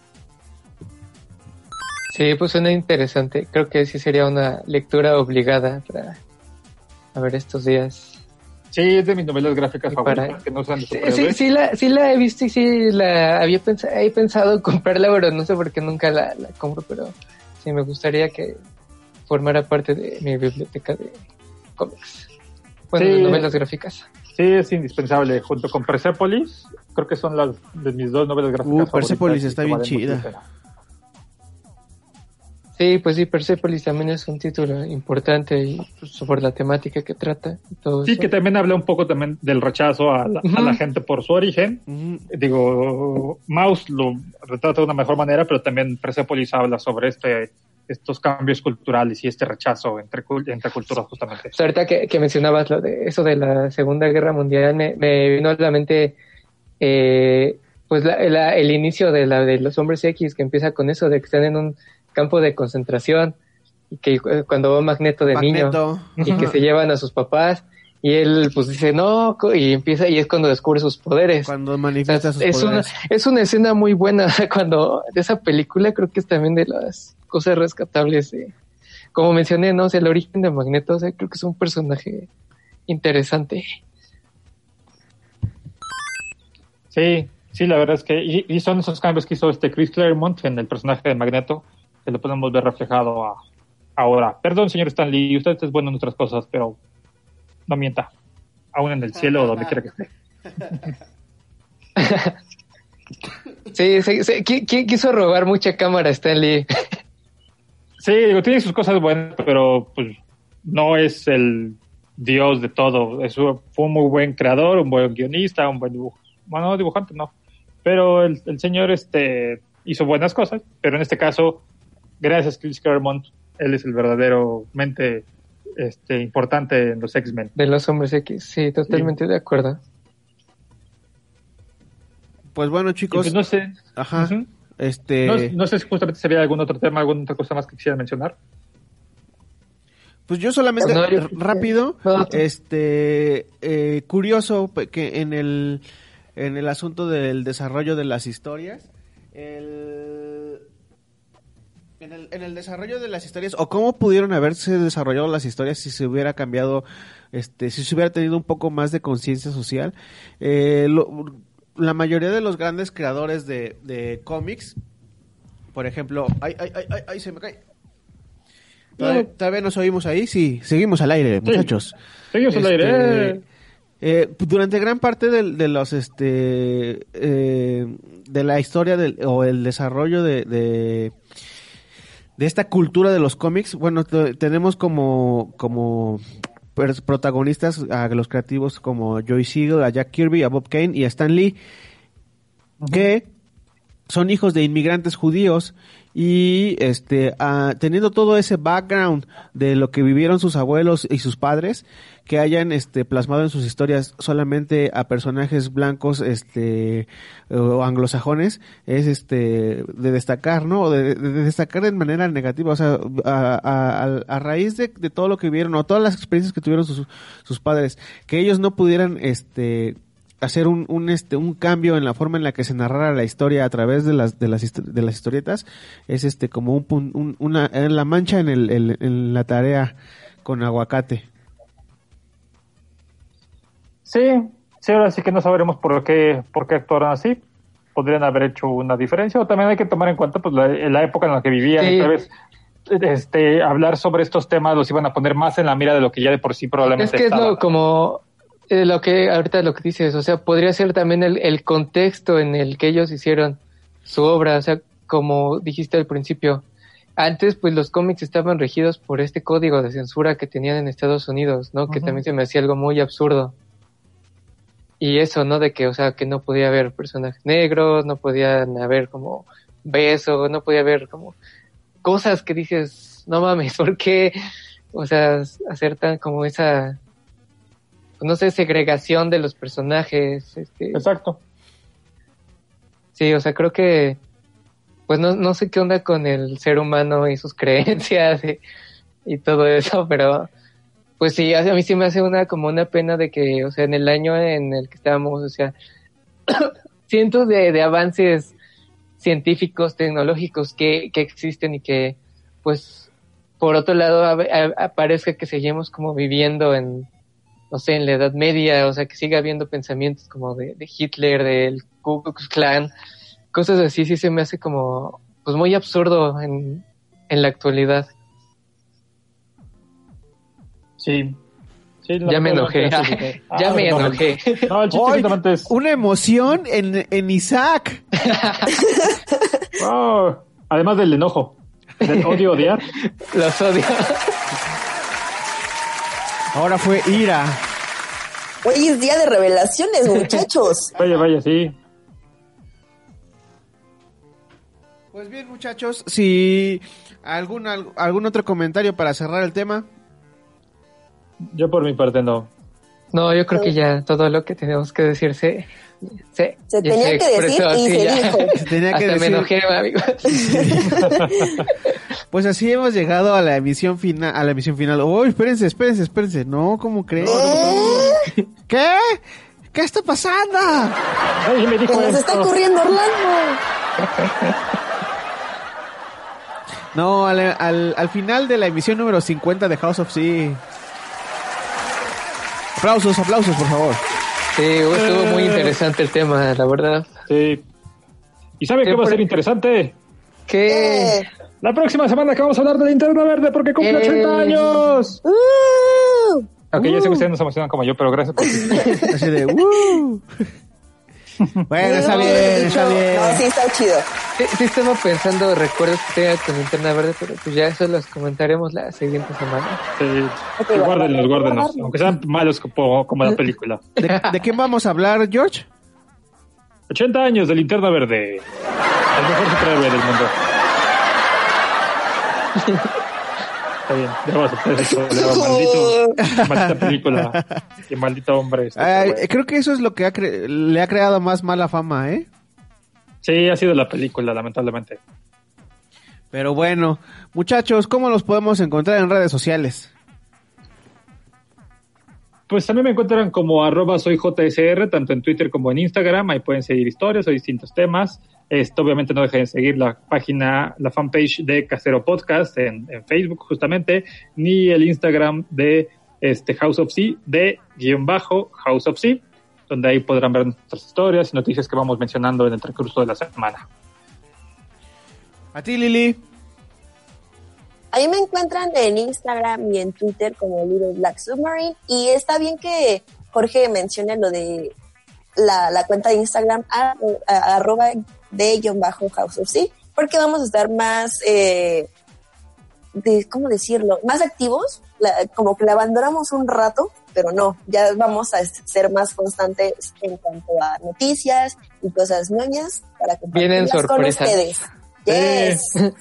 Speaker 10: Sí, pues suena interesante. Creo que sí sería una lectura obligada para a ver estos días.
Speaker 7: Sí, es de mis novelas gráficas favoritas,
Speaker 10: para...
Speaker 7: que no sean de
Speaker 10: sí, sí, sí, la, sí la he visto y sí la había pensado, he pensado comprarla, pero no sé por qué nunca la, la compro, pero sí me gustaría que formara parte de mi biblioteca de cómics. Bueno, sí, de novelas gráficas.
Speaker 7: Sí, es indispensable, junto con Persepolis. Creo que son las de mis dos novelas gráficas.
Speaker 8: Uh, Persepolis está bien chida.
Speaker 10: Sí, pues sí, Persepolis también es un título importante y pues, sobre la temática que trata y todo
Speaker 7: sí,
Speaker 10: eso.
Speaker 7: Que también habla un poco también del rechazo a la, uh-huh. a la gente por su origen. Uh-huh. Digo, Mouse lo retrata de una mejor manera, pero también Persepolis habla sobre este estos cambios culturales y este rechazo entre, entre culturas, justamente.
Speaker 10: Pues ahorita que, que mencionabas lo de eso de la Segunda Guerra Mundial, me, me vino a la mente eh, pues la, la, el inicio de la de los Hombres X, que empieza con eso de que están en un campo de concentración y que eh, cuando va Magneto de
Speaker 8: Magneto.
Speaker 10: niño y que se llevan a sus papás y él pues dice no y empieza y es cuando descubre sus poderes.
Speaker 8: Cuando manifiesta
Speaker 10: O sea,
Speaker 8: sus
Speaker 10: es
Speaker 8: poderes.
Speaker 10: una es una escena muy buena cuando de esa película creo que es también de las cosas rescatables de, como mencioné, no, o sea, el origen de Magneto, o sea, creo que es un personaje interesante.
Speaker 7: Sí, sí, la verdad es que y, y son esos cambios que hizo este Chris Claremont en el personaje de Magneto que lo podemos ver reflejado a, ahora. Perdón, señor Stan Lee, usted es bueno en otras cosas, pero no mienta, aún en el cielo o donde quiera que esté.
Speaker 10: Sí, sí, sí. ¿Quién, quién quiso robar mucha cámara, Stan Lee?
Speaker 7: Sí, digo, tiene sus cosas buenas, pero pues no es el dios de todo. Eso fue un muy buen creador, un buen guionista, un buen dibujo. Bueno, dibujante no, pero el, el señor este hizo buenas cosas, pero en este caso, gracias a Chris Claremont, él es el verdadero mente este, importante en los X-Men.
Speaker 10: De los Hombres X, sí, totalmente sí. De acuerdo.
Speaker 8: Pues bueno, chicos.
Speaker 7: Pues no sé.
Speaker 8: Ajá.
Speaker 7: Uh-huh.
Speaker 8: Este...
Speaker 7: No, no sé si justamente se había algún otro tema, alguna otra cosa más que quisiera mencionar.
Speaker 8: Pues yo solamente,
Speaker 10: no, yo...
Speaker 8: rápido, no, este, eh, curioso que en el, en el asunto del desarrollo de las historias, el, en el, en el desarrollo de las historias, o cómo pudieron haberse desarrollado las historias si se hubiera cambiado, este, si se hubiera tenido un poco más de conciencia social, eh, lo, la mayoría de los grandes creadores de, de cómics, por ejemplo, ay, ay, ay, ay, ay, se me cae. ¿Todavía, ¿Todavía nos oímos ahí? Sí, seguimos al aire, muchachos.
Speaker 7: Sí, seguimos
Speaker 8: este,
Speaker 7: al aire.
Speaker 8: Eh, durante gran parte de, de los, este, eh, de la historia del, o el desarrollo de, de, de esta cultura de los cómics, bueno, t- tenemos como, como protagonistas a los creativos como Joe Siegel, a Jack Kirby, a Bob Kane y a Stan Lee, uh-huh. que son hijos de inmigrantes judíos y este uh, teniendo todo ese background de lo que vivieron sus abuelos y sus padres, que hayan este plasmado en sus historias solamente a personajes blancos este o anglosajones, es este de destacar, ¿no? De, de destacar de manera negativa, o sea, a, a, a raíz de, de todo lo que vivieron o todas las experiencias que tuvieron sus, sus padres, que ellos no pudieran este hacer un, un este un cambio en la forma en la que se narrara la historia a través de las de las de las historietas, es este como un, un una la mancha en el, el en la tarea con aguacate.
Speaker 7: Sí, sí, ahora sí que no sabremos por qué por qué actuaron así. Podrían haber hecho una diferencia, o también hay que tomar en cuenta pues la, la época en la que vivían, sí. Y tal vez este hablar sobre estos temas los iban a poner más en la mira de lo que ya de por sí probablemente
Speaker 10: es que
Speaker 7: estaba.
Speaker 10: Es lo como Eh, lo que ahorita lo que dices, o sea, podría ser también el, el contexto en el que ellos hicieron su obra, o sea, como dijiste al principio, antes pues los cómics estaban regidos por este código de censura que tenían en Estados Unidos, ¿no? Uh-huh. Que también se me hacía algo muy absurdo. Y eso, ¿no? De que, o sea, que no podía haber personajes negros, no podían haber como besos, no podía haber como cosas que dices, no mames, ¿por qué? O sea, hacer tan como esa... no sé, segregación de los personajes. Este...
Speaker 7: Exacto.
Speaker 10: Sí, o sea, creo que, pues no, no sé qué onda con el ser humano y sus creencias y, y todo eso, pero pues sí, a mí sí me hace una como una pena de que, o sea, en el año en el que estábamos, o sea, cientos de, de avances científicos, tecnológicos que, que existen y que, pues, por otro lado, a, a, aparezca que seguimos como viviendo en no sé, en la Edad Media, o sea, que siga habiendo pensamientos como de, de Hitler, del Ku Klux Klan, cosas así, sí se me hace como, pues muy absurdo en, en la actualidad.
Speaker 7: Sí. sí
Speaker 10: ya me enojé, ya,
Speaker 7: ah,
Speaker 10: ya me enojé.
Speaker 7: No, el chiste justamente es...
Speaker 8: Una emoción en, en Isaac.
Speaker 7: Oh, además del enojo, del odio, odiar.
Speaker 10: Los odio.
Speaker 8: Ahora fue ira.
Speaker 9: Hoy es día de revelaciones, muchachos.
Speaker 7: Vaya, vaya, sí.
Speaker 8: Pues bien, muchachos, si algún algún otro comentario para cerrar el tema.
Speaker 7: Yo por mi parte no.
Speaker 10: No, yo creo que ya todo lo que tenemos que decir se... Se,
Speaker 9: se tenía
Speaker 10: se
Speaker 9: que decir y se
Speaker 10: ya.
Speaker 9: dijo.
Speaker 8: Se tenía que
Speaker 10: Hasta
Speaker 8: decir.
Speaker 10: me enojé, amigo.
Speaker 8: Pues así hemos llegado a la emisión final. A la emisión final. Uy, espérense, espérense, espérense. No, ¿cómo creen?
Speaker 9: ¿Eh?
Speaker 8: ¿Qué? ¿Qué está pasando?
Speaker 7: Ay, me dijo
Speaker 9: Que nos
Speaker 7: esto.
Speaker 9: está ocurriendo Orlando.
Speaker 8: No, al, al, al final de la emisión número cincuenta de House of C. Aplausos, aplausos, por favor.
Speaker 10: Sí, estuvo muy interesante el tema, la verdad.
Speaker 7: Sí. ¿Y sabe qué va a ser interesante?
Speaker 10: ¿Qué?
Speaker 9: Eh.
Speaker 7: La próxima semana que vamos a hablar de Linterna Verde porque cumple
Speaker 10: Eh.
Speaker 7: ochenta años.
Speaker 9: Uh,
Speaker 7: Aunque yo sé que
Speaker 8: Uh.
Speaker 7: ustedes no se emocionan como yo, pero gracias por...
Speaker 8: Así de, ¡uh! Bueno, está bien, está bien.
Speaker 9: No, sí, está chido.
Speaker 10: Sí, sí estaba pensando recuerdos que tenga con Linterna Verde, pero pues ya eso los comentaremos la siguiente semana.
Speaker 7: Sí.
Speaker 9: Ok,
Speaker 7: Guárdenlos,
Speaker 9: guárdenlos,
Speaker 7: guárdenlos.
Speaker 9: guárdenlos.
Speaker 7: Aunque sean malos como, como la película.
Speaker 8: ¿De, ¿De qué vamos a hablar, George?
Speaker 7: ochenta años de Linterna Verde. El mejor superhéroe del mundo. Está bien, ya vamos a hacer eso. Maldito, maldita película. Qué maldito hombre. Este,
Speaker 8: Ay,
Speaker 7: güey.
Speaker 8: creo que eso es lo que ha cre- le ha creado más mala fama, ¿eh?
Speaker 7: Sí, ha sido la película, lamentablemente.
Speaker 8: Pero bueno, muchachos, ¿cómo los podemos encontrar en redes sociales?
Speaker 7: Pues también me encuentran como arroba soy J S R, tanto en Twitter como en Instagram. Ahí pueden seguir historias o distintos temas. Esto obviamente no dejen de seguir la página, la fanpage de Casero Podcast en, en Facebook justamente, ni el Instagram de este House of C, de guión bajo House of C, donde ahí podrán ver nuestras historias y noticias que vamos mencionando en el transcurso de la semana.
Speaker 8: A ti, Lili.
Speaker 9: Ahí me encuentran en Instagram y en Twitter como Little Black Submarine. Y está bien que Jorge mencione lo de la, la cuenta de Instagram a, a, arroba de guión bajo House of C, porque vamos a estar más, eh, de, ¿cómo decirlo? Más activos. La, como que la abandonamos un rato, pero no, ya vamos a ser más constantes en cuanto a noticias y cosas ñoñas para
Speaker 10: Vienen
Speaker 9: compartirlas con
Speaker 10: sorpresas.
Speaker 9: ustedes. Yes.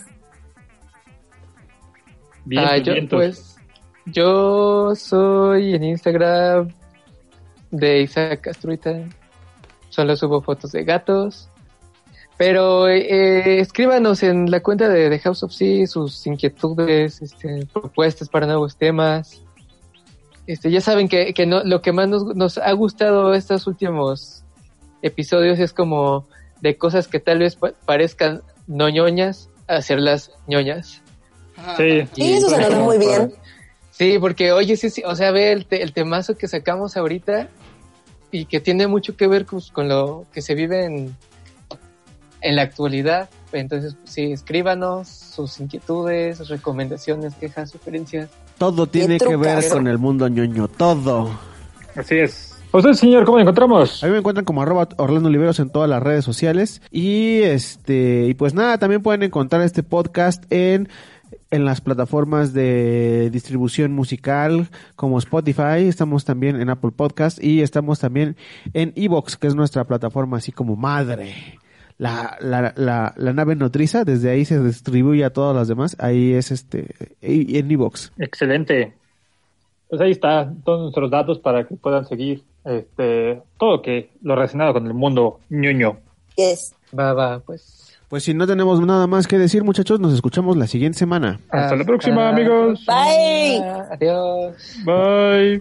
Speaker 7: Bien,
Speaker 10: Ah, yo,
Speaker 7: vientos.
Speaker 10: pues, yo soy en Instagram de Isaac Castruita. Solo subo fotos de gatos. Pero eh, escríbanos en la cuenta de The House of C sus inquietudes, este, propuestas para nuevos temas. Este, ya saben que, que no, lo que más nos, nos ha gustado estos últimos episodios es como de cosas que tal vez pa- parezcan no ñoñas, hacerlas ñoñas.
Speaker 7: Sí.
Speaker 9: Y eso se nos da muy bien.
Speaker 10: Sí, porque oye, sí, sí, o sea, ve el, te- el temazo que sacamos ahorita y que tiene mucho que ver con, con lo que se vive en, en la actualidad. Entonces, pues, sí, escríbanos sus inquietudes, recomendaciones, quejas, sugerencias.
Speaker 8: Todo tiene que
Speaker 9: trucas.
Speaker 8: ver con el mundo ñoño, todo.
Speaker 7: Así es. ¿A usted, señor, cómo lo encontramos?
Speaker 8: A mí me encuentran como arroba Orlando Oliveros en todas las redes sociales. Y este, y pues nada, también pueden encontrar este podcast en, en las plataformas de distribución musical como Spotify. Estamos también en Apple Podcast y estamos también en Evox, que es nuestra plataforma así como madre. La, la, la, la nave nodriza, desde ahí se distribuye a todas las demás. Ahí es este, en Evox.
Speaker 7: Excelente. Pues ahí está, todos nuestros datos para que puedan seguir este todo que lo relacionado con el mundo ñoño.
Speaker 9: Yes.
Speaker 10: Va, va, pues.
Speaker 8: Pues si no tenemos nada más que decir, muchachos, nos escuchamos la siguiente semana.
Speaker 7: Hasta la próxima, amigos.
Speaker 9: Bye.
Speaker 10: Adiós.
Speaker 7: Bye.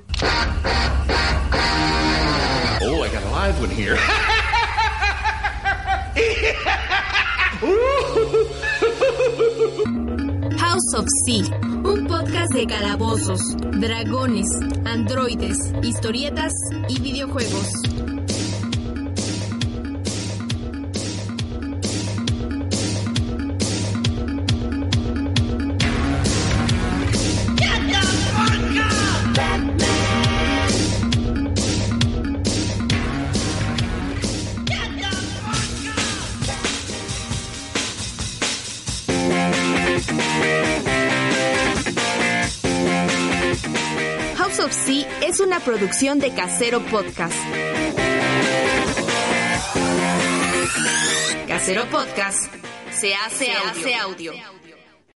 Speaker 11: Oh, I got a live one here.
Speaker 3: House of C, un podcast de calabozos, dragones, androides, historietas y videojuegos. House of C es una producción de Casero Podcast. Casero Podcast se hace, se hace audio.